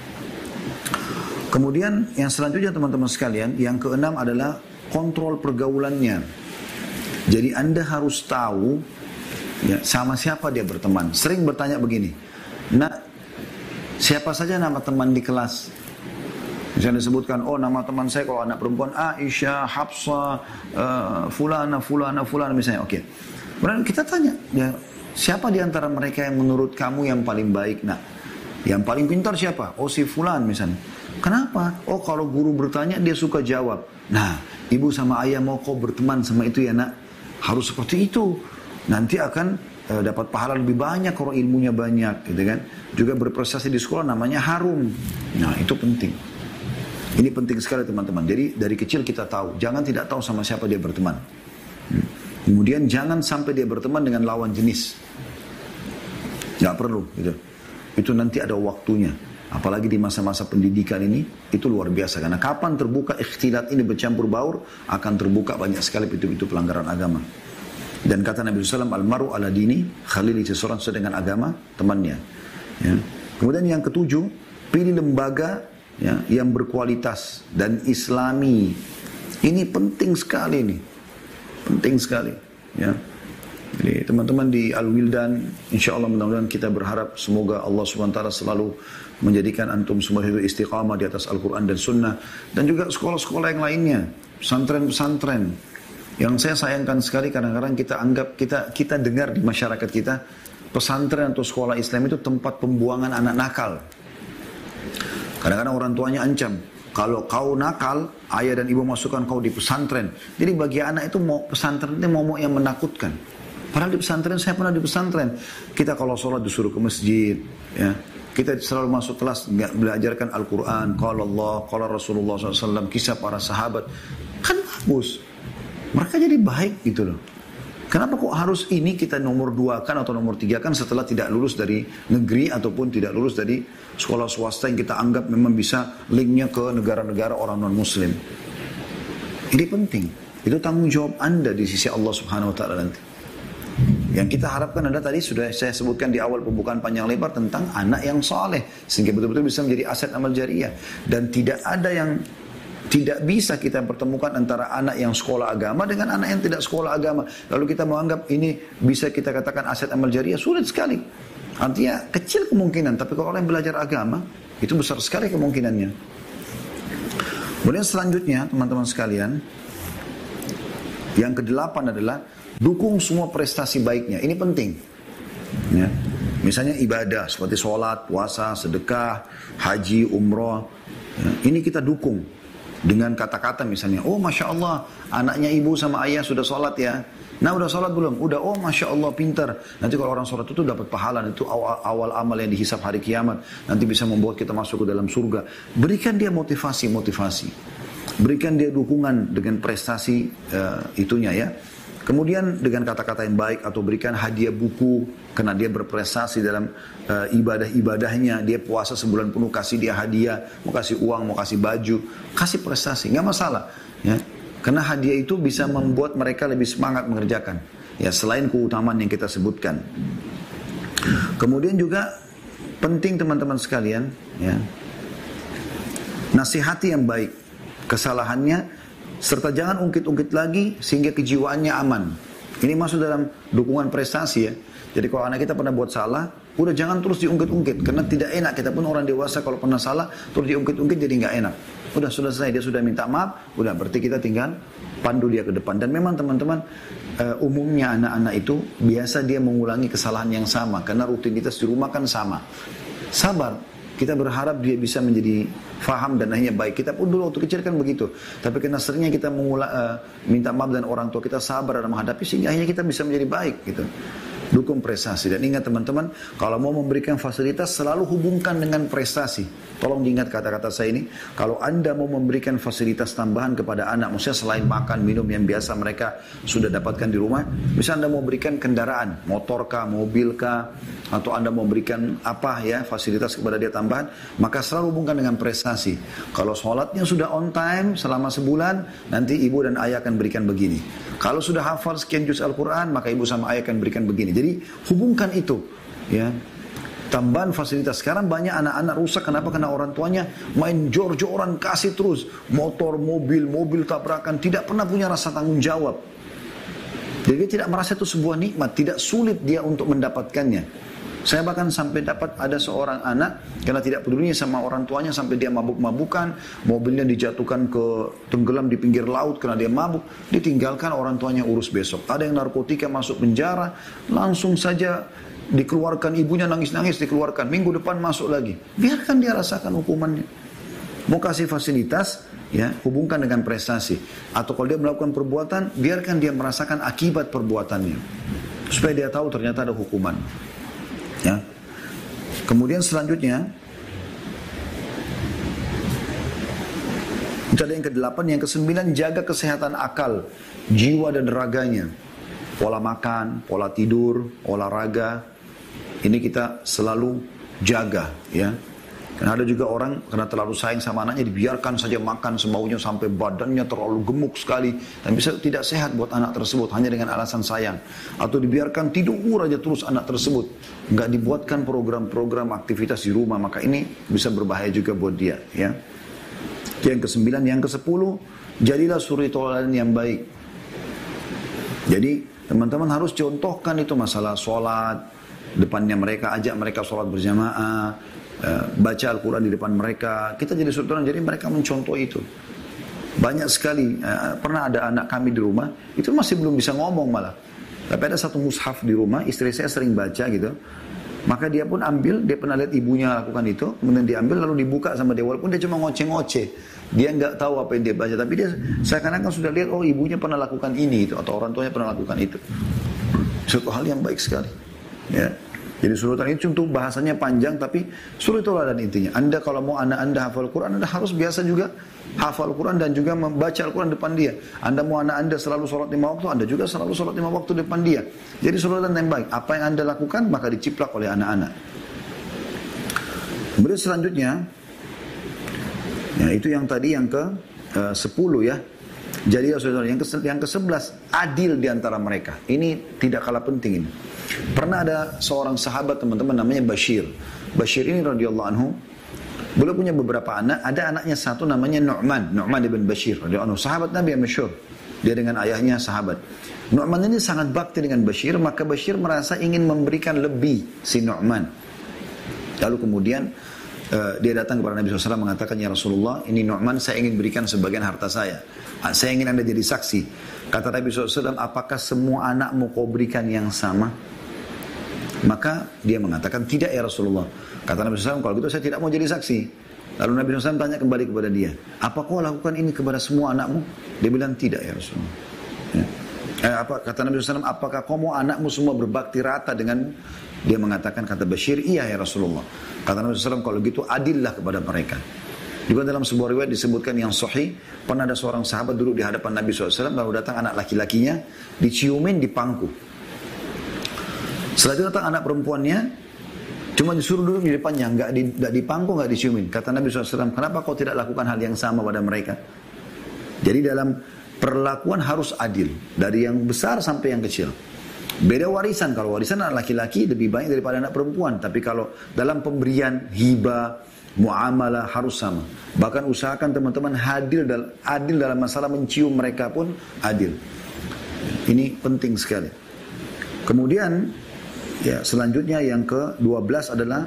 Kemudian yang selanjutnya teman-teman sekalian, yang keenam adalah kontrol pergaulannya. Jadi Anda harus tahu ya, sama siapa dia berteman. Sering bertanya begini, nak, siapa saja nama teman di kelas? Misalnya disebutkan, oh nama teman saya kalau anak perempuan Aisyah, Hafsah, fulana misalnya. Oke. Kemudian kita tanya, ya, siapa di antara mereka yang menurut kamu yang paling baik, nak? Yang paling pintar siapa? Oh si fulan misalnya. Kenapa? Oh kalau guru bertanya dia suka jawab. Nah, ibu sama ayah mau kau berteman sama itu ya nak? Harus seperti itu. Nanti akan dapat pahala lebih banyak kalau ilmunya banyak, gitu kan? Juga berprestasi di sekolah namanya harum. Nah, itu penting. Ini penting sekali teman-teman. Jadi dari kecil kita tahu, jangan tidak tahu sama siapa dia berteman. Kemudian jangan sampai dia berteman dengan lawan jenis. Nggak perlu, gitu. Itu nanti ada waktunya. Apalagi di masa-masa pendidikan ini, itu luar biasa. Karena kapan terbuka ikhtilat ini bercampur baur, akan terbuka banyak sekali pintu-pintu pelanggaran agama. Dan kata Nabi SAW, Al-maru ala dini, khalili, seseorang sesuai dengan agama temannya. Ya. Kemudian yang ketujuh, pilih lembaga ya, yang berkualitas dan islami. Ini penting sekali nih. Penting sekali. Ya. Jadi teman-teman di Al-Wildan, insya Allah mudah-mudahan kita berharap semoga Allah SWT selalu menjadikan antum semua hidup istiqamah di atas Al-Quran dan Sunnah. Dan juga sekolah-sekolah yang lainnya, pesantren-pesantren. Yang saya sayangkan sekali kadang-kadang kita anggap, kita dengar di masyarakat kita, pesantren atau sekolah Islam itu tempat pembuangan anak nakal. Kadang-kadang orang tuanya ancam, kalau kau nakal, ayah dan ibu masukkan kau di pesantren. Jadi bagi anak itu mau pesantren itu momok yang menakutkan. Padahal di pesantren, saya pernah di pesantren. Kita kalau sholat disuruh ke masjid, ya. Kita selalu masuk kelas, belajarkan Al-Quran, qala Allah, qala Rasulullah SAW, kisah para sahabat. Kan bagus. Mereka jadi baik gitu loh. Kenapa kok harus ini kita nomor 2 kan atau nomor 3 kan setelah tidak lulus dari negeri ataupun tidak lulus dari sekolah swasta yang kita anggap memang bisa linknya ke negara-negara orang non-muslim. Ini penting. Itu tanggung jawab Anda di sisi Allah Subhanahu Wa Taala nanti. Yang kita harapkan adalah tadi sudah saya sebutkan di awal pembukaan panjang lebar tentang anak yang saleh sehingga betul-betul bisa menjadi aset amal jariah. Dan tidak ada yang tidak bisa kita pertemukan antara anak yang sekolah agama dengan anak yang tidak sekolah agama. Lalu kita menganggap ini bisa kita katakan aset amal jariah, sulit sekali. Artinya kecil kemungkinan, tapi kalau orang yang belajar agama itu besar sekali kemungkinannya. Kemudian selanjutnya teman-teman sekalian, yang ke-8 adalah dukung semua prestasi baiknya. Ini penting. Ya. Misalnya ibadah seperti sholat, puasa, sedekah, haji, umroh. Ya. Ini kita dukung. Dengan kata-kata misalnya, oh Masya Allah, anaknya ibu sama ayah sudah sholat ya. Nah udah sholat belum? Udah, oh Masya Allah pintar. Nanti kalau orang sholat itu dapat pahala, itu awal amal yang dihisap hari kiamat. Nanti bisa membuat kita masuk ke dalam surga. Berikan dia motivasi. Berikan dia dukungan dengan prestasi itunya ya. Kemudian dengan kata-kata yang baik atau berikan hadiah buku karena dia berprestasi dalam ibadah-ibadahnya. Dia puasa sebulan penuh, kasih dia hadiah, mau kasih uang, mau kasih baju, kasih prestasi, nggak masalah ya. Karena hadiah itu bisa membuat mereka lebih semangat mengerjakan. Ya, selain keutamaan yang kita sebutkan. Kemudian juga penting teman-teman sekalian, ya, nasihati yang baik kesalahannya, serta jangan ungkit-ungkit lagi sehingga kejiwaannya aman. Ini masuk dalam dukungan prestasi ya. Jadi kalau anak kita pernah buat salah, udah jangan terus diungkit-ungkit. Karena tidak enak, kita pun orang dewasa kalau pernah salah, terus diungkit-ungkit jadi nggak enak. Udah sudah selesai, dia sudah minta maaf, udah berarti kita tinggal pandu dia ke depan. Dan memang teman-teman, umumnya anak-anak itu biasa dia mengulangi kesalahan yang sama. Karena rutinitas di rumah kan sama. Sabar, kita berharap dia bisa menjadi faham dan akhirnya baik. Kita pun dulu waktu kecil kan begitu. Tapi karena seringnya kita minta maaf dan orang tua kita sabar dalam menghadapi, sehingga akhirnya kita bisa menjadi baik gitu. Dukung prestasi. Dan ingat teman-teman, kalau mau memberikan fasilitas selalu hubungkan dengan prestasi. Tolong diingat kata-kata saya ini. Kalau Anda mau memberikan fasilitas tambahan kepada anak, maksudnya selain makan, minum yang biasa mereka sudah dapatkan di rumah, bisa Anda mau berikan kendaraan, motor kah, mobil kah, atau Anda mau berikan apa ya, fasilitas kepada dia tambahan, maka selalu hubungkan dengan prestasi. Kalau sholatnya sudah on time selama sebulan, nanti ibu dan ayah akan berikan begini. Kalau sudah hafal sekian juz Al-Quran, maka ibu sama ayah akan berikan begini. Jadi hubungkan itu, ya. Tambahan fasilitas. Sekarang banyak anak-anak rusak. Kenapa? Karena orang tuanya main jor-joran, kasih terus motor, mobil tabrakan, tidak pernah punya rasa tanggung jawab. Jadi dia tidak merasa itu sebuah nikmat, tidak sulit dia untuk mendapatkannya. Saya bahkan sampai dapat ada seorang anak karena tidak pedulinya sama orang tuanya sampai dia mabuk-mabukan, mobilnya dijatuhkan ke tenggelam di pinggir laut karena dia mabuk, ditinggalkan orang tuanya urus besok. Ada yang narkotika masuk penjara, langsung saja dikeluarkan, ibunya nangis-nangis dikeluarkan, minggu depan masuk lagi. Biarkan dia rasakan hukumannya. Mau kasih fasilitas, ya, hubungkan dengan prestasi. Atau kalau dia melakukan perbuatan, biarkan dia merasakan akibat perbuatannya. Supaya dia tahu ternyata ada hukuman. Ya. Kemudian selanjutnya itu ada yang ke-8, yang ke-9, jaga kesehatan akal, jiwa dan raganya. Pola makan, pola tidur, olahraga, ini kita selalu jaga ya. Karena ada juga orang karena terlalu sayang sama anaknya dibiarkan saja makan semaunya sampai badannya terlalu gemuk sekali dan bisa tidak sehat buat anak tersebut hanya dengan alasan sayang. Atau dibiarkan tidur aja terus anak tersebut, nggak dibuatkan program-program aktivitas di rumah, maka ini bisa berbahaya juga buat dia ya. Yang ke-9, yang ke-10, jadilah suri tauladan yang baik. Jadi teman-teman harus contohkan itu masalah sholat depannya mereka, ajak mereka sholat berjamaah, baca Al-Quran di depan mereka. Kita jadi sultan, jadi mereka mencontoh itu. Banyak sekali, pernah ada anak kami di rumah, itu masih belum bisa ngomong malah. Tapi ada satu mushaf di rumah, istri saya sering baca gitu. Maka dia pun ambil, dia pernah lihat ibunya lakukan itu, kemudian diambil lalu dibuka sama dia. Walaupun dia cuma ngoceh-ngoceh, dia nggak tahu apa yang dia baca. Tapi dia seakan-akan sudah lihat, oh ibunya pernah lakukan ini, itu, atau orang tuanya pernah lakukan itu. Suatu hal yang baik sekali. Ya. Jadi surutan itu untuk bahasanya panjang, tapi suri tauladan intinya. Anda kalau mau anak Anda hafal Quran, Anda harus biasa juga hafal Quran dan juga membaca Al-Quran depan dia. Anda mau anak Anda selalu sholat 5 waktu, Anda juga selalu sholat 5 waktu depan dia. Jadi suratan yang baik. Apa yang Anda lakukan, maka diciplak oleh anak-anak. Kemudian selanjutnya, ya itu yang tadi yang ke-10 ya. Jadi yang ke-11, adil di antara mereka. Ini tidak kalah penting ini. Pernah ada seorang sahabat teman-teman namanya Bashir. Bashir ini radhiyallahu anhu, beliau punya beberapa anak. Ada anaknya satu namanya Nu'man ibn Bashir radhiyallahu anhu, sahabat Nabi yang masyhur. Dia dengan ayahnya sahabat. Nu'man ini sangat bakti dengan Bashir, maka Bashir merasa ingin memberikan lebih si Nu'man. Lalu kemudian dia datang kepada Nabi SAW mengatakan, ya Rasulullah, ini Nu'man saya ingin berikan sebagian harta saya. Saya ingin Anda jadi saksi. Kata Nabi SAW, apakah semua anakmu kau berikan yang sama? Maka dia mengatakan, tidak ya Rasulullah. Kata Nabi SAW, kalau gitu saya tidak mau jadi saksi. Lalu Nabi SAW tanya kembali kepada dia, apa kau lakukan ini kepada semua anakmu? Dia bilang, tidak ya Rasulullah. Ya. Kata Nabi SAW, apakah kau mau anakmu semua berbakti rata denganmu? Dia mengatakan, kata Bashir, iya ya Rasulullah. Kata Nabi SAW, kalau gitu adillah kepada mereka. Juga dalam sebuah riwayat disebutkan yang sahih, pernah ada seorang sahabat duduk di hadapan Nabi SAW, lalu datang anak laki-lakinya, diciumin di pangku. Setelah itu datang anak perempuannya, cuma disuruh duduk di depannya, nggak di pangku, nggak diciumin. Kata Nabi SAW, kenapa kau tidak lakukan hal yang sama pada mereka? Jadi dalam perlakuan harus adil, dari yang besar sampai yang kecil. Beda warisan, kalau warisan anak laki-laki lebih banyak daripada anak perempuan. Tapi kalau dalam pemberian, hibah, muamalah harus sama. Bahkan usahakan teman-teman adil dalam masalah mencium mereka pun adil. Ini penting sekali. Kemudian, ya selanjutnya yang ke-12 adalah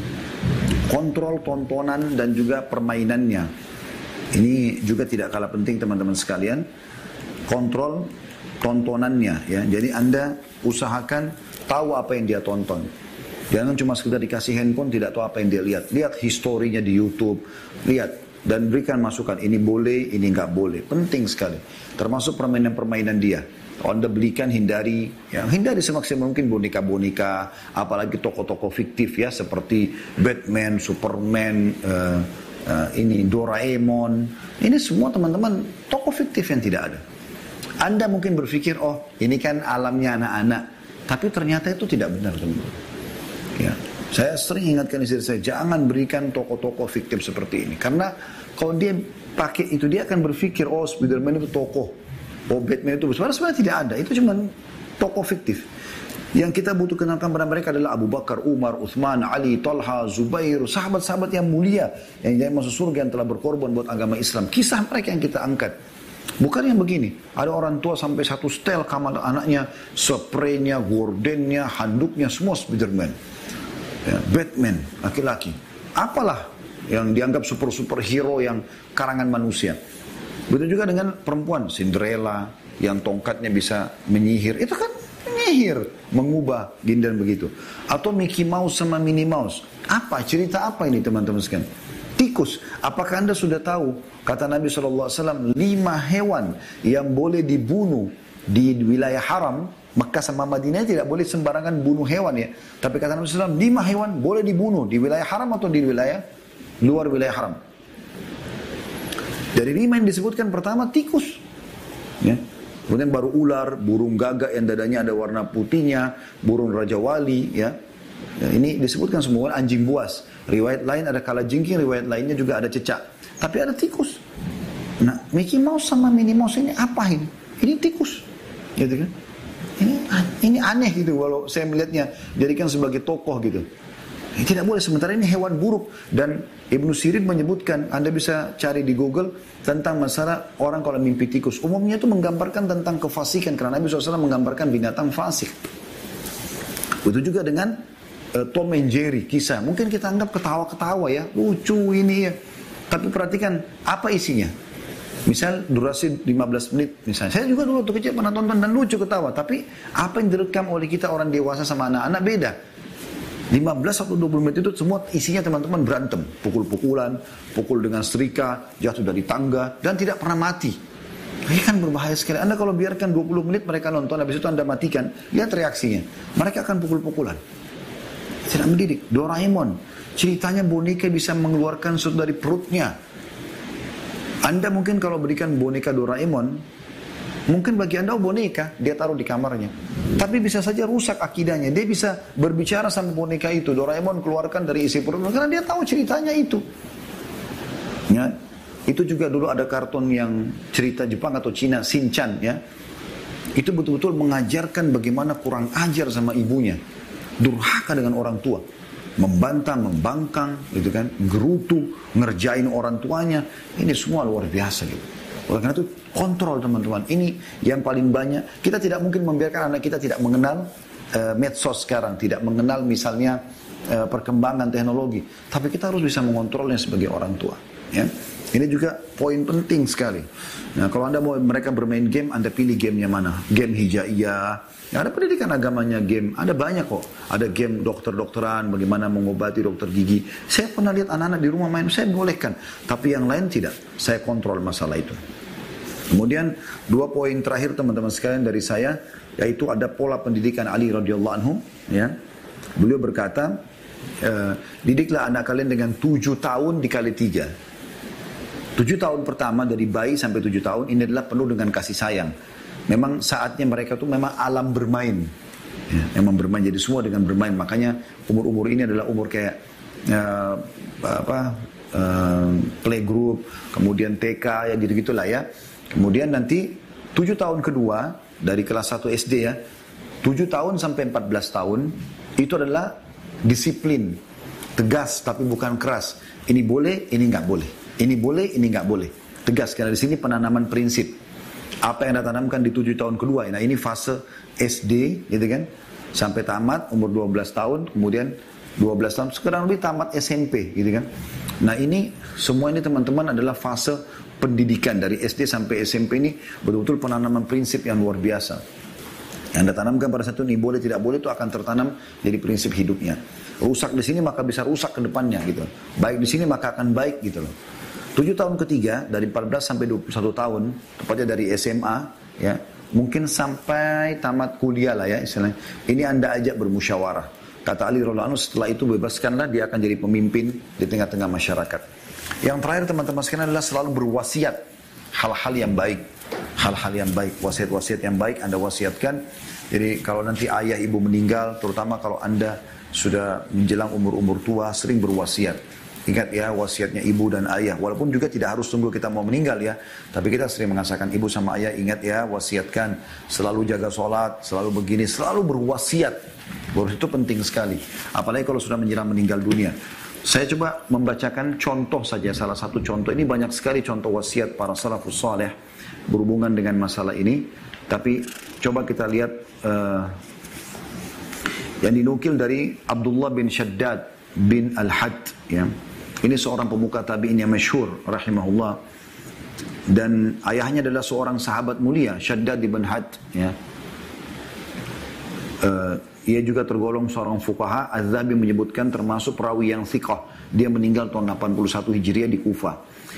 kontrol tontonan dan juga permainannya. Ini juga tidak kalah penting teman-teman sekalian. Kontrol tontonannya ya. Jadi Anda usahakan tahu apa yang dia tonton. Jangan cuma sekedar dikasih handphone tidak tahu apa yang dia lihat. Lihat historinya di YouTube, lihat dan berikan masukan ini boleh, ini nggak boleh. Penting sekali. Termasuk permainan-permainan dia. Kalau Anda belikan hindari semaksimal mungkin boneka-boneka, apalagi tokoh-tokoh fiktif ya seperti Batman, Superman, ini Doraemon. Ini semua teman-teman tokoh fiktif yang tidak ada. Anda mungkin berpikir, oh ini kan alamnya anak-anak. Tapi ternyata itu tidak benar teman-teman. Ya, saya sering ingatkan istri saya, jangan berikan tokoh-tokoh fiktif seperti ini. Karena kalau dia pakai itu, dia akan berpikir, oh Spiderman itu tokoh. Oh Batman itu sebenarnya tidak ada. Itu cuma tokoh fiktif. Yang kita butuh kenalkan pada mereka adalah Abu Bakar, Umar, Uthman, Ali, Talha, Zubair, sahabat-sahabat yang mulia. Yang masuk surga, yang telah berkorban buat agama Islam. Kisah mereka yang kita angkat. Bukan yang begini, ada orang tua sampai satu setel kamar anaknya, spraynya, gordennya, handuknya, semua Spiderman. Ya, Batman, laki-laki. Apalah yang dianggap superhero yang karangan manusia. Begitu juga dengan perempuan, Cinderella, yang tongkatnya bisa menyihir. Itu kan menyihir, mengubah gini dan begitu. Atau Mickey Mouse sama Minnie Mouse. Apa, cerita apa ini teman-teman sekalian? Tikus. Apakah Anda sudah tahu? Kata Nabi SAW, 5 hewan yang boleh dibunuh di wilayah haram. Mekah sama Madinah tidak boleh sembarangan bunuh hewan ya. Tapi kata Nabi SAW, 5 hewan boleh dibunuh di wilayah haram atau di wilayah luar wilayah haram. Dari 5 yang disebutkan pertama tikus. Ya. Kemudian baru ular, burung gagak yang dadanya ada warna putihnya, burung raja wali ya. Ya, ini disebutkan semua anjing buas. Riwayat lain ada kalajengking, riwayat lainnya juga ada cecak. Tapi ada tikus. Nah, Mickey Mouse sama Minnie Mouse ini apa ini? Ini tikus. Gitu kan? Ini aneh gitu walau saya melihatnya jadikan sebagai tokoh gitu. Tidak boleh, sementara ini hewan buruk. Dan Ibnu Sirin menyebutkan, Anda bisa cari di Google tentang masalah orang kalau mimpi tikus. Umumnya itu menggambarkan tentang kefasikan, karena Nabi SAW menggambarkan binatang fasik. Begitu juga dengan Tom and Jerry, kisah. Mungkin kita anggap ketawa-ketawa ya, lucu ini ya. Tapi perhatikan apa isinya. Misal durasi 15 menit misalnya. Saya juga dulu waktu kecil pernah tonton dan lucu ketawa. Tapi apa yang direkam oleh kita orang dewasa sama anak-anak beda. 15 atau 20 menit itu semua isinya teman-teman berantem. Pukul-pukulan, pukul dengan setrika, jatuh dari tangga, dan tidak pernah mati. Ini kan berbahaya sekali. Anda kalau biarkan 20 menit mereka nonton, habis itu Anda matikan, lihat reaksinya. Mereka akan pukul-pukulan. Tidak mendidik. Doraemon, ceritanya boneka bisa mengeluarkan sesuatu dari perutnya. Anda mungkin kalau berikan boneka Doraemon, mungkin bagi Anda boneka, dia taruh di kamarnya. Tapi bisa saja rusak akidahnya. Dia bisa berbicara sama boneka itu. Doraemon keluarkan dari isi perut, karena dia tahu ceritanya itu. Ya, itu juga dulu ada kartun yang cerita Jepang atau Cina, Shinchan ya. Itu betul-betul mengajarkan bagaimana kurang ajar sama ibunya. Durhaka dengan orang tua, membantah, membangkang, gitu kan, gerutu, ngerjain orang tuanya, ini semua luar biasa gitu. Oleh karena itu kontrol teman-teman, ini yang paling banyak. Kita tidak mungkin membiarkan anak kita tidak mengenal medsos sekarang, tidak mengenal misalnya perkembangan teknologi, tapi kita harus bisa mengontrolnya sebagai orang tua. Ya, Ini juga poin penting sekali. Nah, kalau Anda mau mereka bermain game, Anda pilih gamenya mana? Game hijaiyah. Ya, ada pendidikan agamanya game. Ada banyak kok. Ada game dokter-dokteran, bagaimana mengobati dokter gigi. Saya pernah lihat anak-anak di rumah main, saya bolehkan. Tapi yang lain tidak. Saya kontrol masalah itu. Kemudian 2 poin terakhir teman-teman sekalian dari saya, yaitu ada pola pendidikan Ali radhiyallahu anhu. Ya. Beliau berkata, didiklah anak kalian dengan 7 tahun dikali 3. 7 tahun pertama dari bayi sampai 7 tahun ini adalah penuh dengan kasih sayang. Memang saatnya mereka tuh memang alam bermain. Ya, memang bermain, jadi semua dengan bermain. Makanya umur-umur ini adalah umur kayak playgroup, kemudian TK, ya gitu-gitulah ya. Kemudian nanti 7 tahun kedua dari kelas 1 SD ya, 7 tahun sampai 14 tahun itu adalah disiplin, tegas tapi bukan keras. Ini boleh, ini nggak boleh. Ini boleh, ini nggak boleh. Tegas, karena di sini penanaman prinsip. Apa yang Anda tanamkan di 7 tahun kedua. Nah ini fase SD, gitu kan. Sampai tamat, umur 12 tahun, kemudian 12 tahun, sekarang lebih tamat SMP, gitu kan. Nah ini, semua ini teman-teman adalah fase pendidikan. Dari SD sampai SMP ini, betul-betul penanaman prinsip yang luar biasa. Yang Anda tanamkan pada satu ini boleh, tidak boleh, itu akan tertanam jadi prinsip hidupnya. Rusak di sini maka bisa rusak ke depannya, gitu. Baik di sini maka akan baik, gitu loh. 7 tahun ketiga, dari 14 sampai 21 tahun, tepatnya dari SMA, ya, mungkin sampai tamat kuliah lah ya, istilahnya. Ini Anda ajak bermusyawarah. Kata Ali radhiyallahu anhu, setelah itu bebaskanlah, dia akan jadi pemimpin di tengah-tengah masyarakat. Yang terakhir teman-teman sekalian adalah selalu berwasiat hal-hal yang baik. Hal-hal yang baik, wasiat-wasiat yang baik Anda wasiatkan. Jadi kalau nanti ayah ibu meninggal, terutama kalau Anda sudah menjelang umur-umur tua, sering berwasiat. Ingat ya wasiatnya ibu dan ayah. Walaupun juga tidak harus tunggu kita mau meninggal ya. Tapi kita sering mengasakan ibu sama ayah, ingat ya wasiatkan. Selalu jaga sholat, selalu begini, selalu berwasiat. Berwasiat itu penting sekali. Apalagi kalau sudah menjelang meninggal dunia. Saya coba membacakan contoh saja, salah satu contoh. Ini banyak sekali contoh wasiat para salafus saleh berhubungan dengan masalah ini. Tapi coba kita lihat yang dinukil dari Abdullah bin Shaddad bin Al-Had ya. Ini seorang pemuka tabi'in yang masyhur rahimahullah, dan ayahnya adalah seorang sahabat mulia, Shaddad bin Had ya. Ia juga tergolong seorang fuqaha. Az-Zahabi menyebutkan termasuk perawi yang thiqah. Dia meninggal tahun 81 Hijriah di Kufah.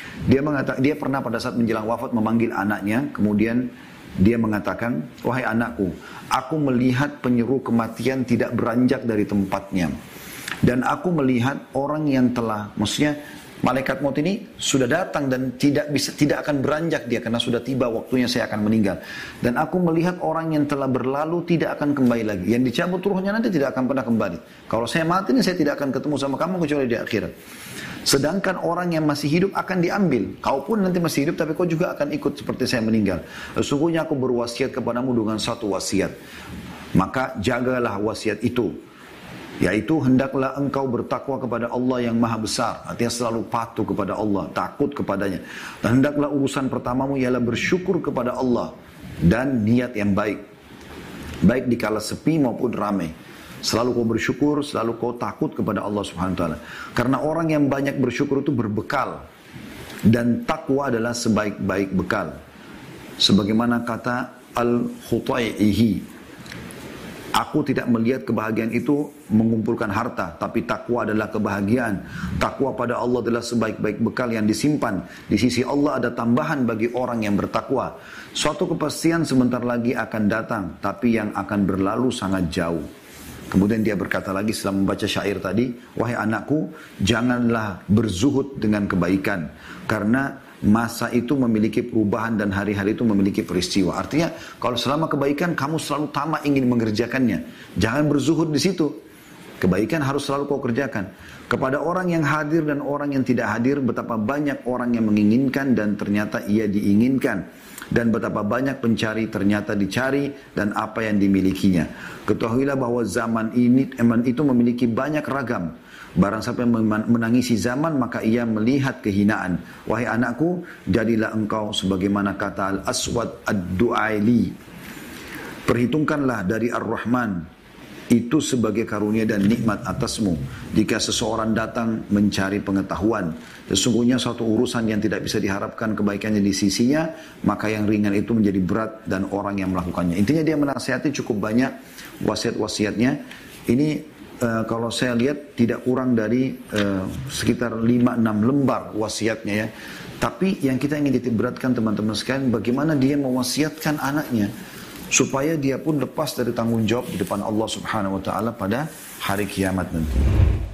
Dia pernah pada saat menjelang wafat memanggil anaknya, kemudian dia mengatakan, wahai anakku, aku melihat penyeru kematian tidak beranjak dari tempatnya. Dan aku melihat orang yang telah, maksudnya malaikat maut ini sudah datang dan tidak akan beranjak dia, karena sudah tiba waktunya saya akan meninggal. Dan aku melihat orang yang telah berlalu tidak akan kembali lagi. Yang dicabut ruhnya nanti tidak akan pernah kembali. Kalau saya mati ini saya tidak akan ketemu sama kamu kecuali di akhirat. Sedangkan orang yang masih hidup akan diambil. Kau pun nanti masih hidup tapi kau juga akan ikut seperti saya meninggal. Sesungguhnya aku berwasiat kepadamu dengan satu wasiat. Maka jagalah wasiat itu. Yaitu hendaklah engkau bertakwa kepada Allah yang maha besar. Artinya selalu patuh kepada Allah, takut kepadanya. Dan hendaklah urusan pertamamu ialah bersyukur kepada Allah dan niat yang baik. Baik di kala sepi maupun ramai. Selalu kau bersyukur, selalu kau takut kepada Allah Subhanahu wa taala. Karena orang yang banyak bersyukur itu berbekal. Dan takwa adalah sebaik-baik bekal. Sebagaimana kata Al-Khutaihi, aku tidak melihat kebahagiaan itu mengumpulkan harta, tapi takwa adalah kebahagiaan. Takwa pada Allah adalah sebaik-baik bekal yang disimpan. Di sisi Allah ada tambahan bagi orang yang bertakwa. Suatu kepastian sebentar lagi akan datang, tapi yang akan berlalu sangat jauh. Kemudian dia berkata lagi setelah membaca syair tadi, wahai anakku, janganlah berzuhud dengan kebaikan. Karena masa itu memiliki perubahan dan hari-hari itu memiliki peristiwa. Artinya kalau selama kebaikan kamu selalu tamak ingin mengerjakannya. Jangan berzuhud di situ. Kebaikan harus selalu kau kerjakan. Kepada orang yang hadir dan orang yang tidak hadir, betapa banyak orang yang menginginkan dan ternyata ia diinginkan. Dan betapa banyak pencari ternyata dicari dan apa yang dimilikinya. Ketahuilah bahwa zaman ini itu memiliki banyak ragam. Barang siapa yang menangisi zaman, maka ia melihat kehinaan. Wahai anakku, jadilah engkau sebagaimana kata Al-Aswad Ad-Du'aili. Perhitungkanlah dari Ar-Rahman itu sebagai karunia dan nikmat atasmu. Jika seseorang datang mencari pengetahuan, sesungguhnya suatu urusan yang tidak bisa diharapkan kebaikannya di sisinya, maka yang ringan itu menjadi berat dan orang yang melakukannya. Intinya dia menasihati cukup banyak wasiat-wasiatnya. Ini kalau saya lihat tidak kurang dari sekitar 5-6 lembar wasiatnya ya. Tapi yang kita ingin titik beratkan teman-teman sekalian, bagaimana dia mewasiatkan anaknya supaya dia pun lepas dari tanggung jawab di depan Allah Subhanahu wa taala pada hari kiamat nanti.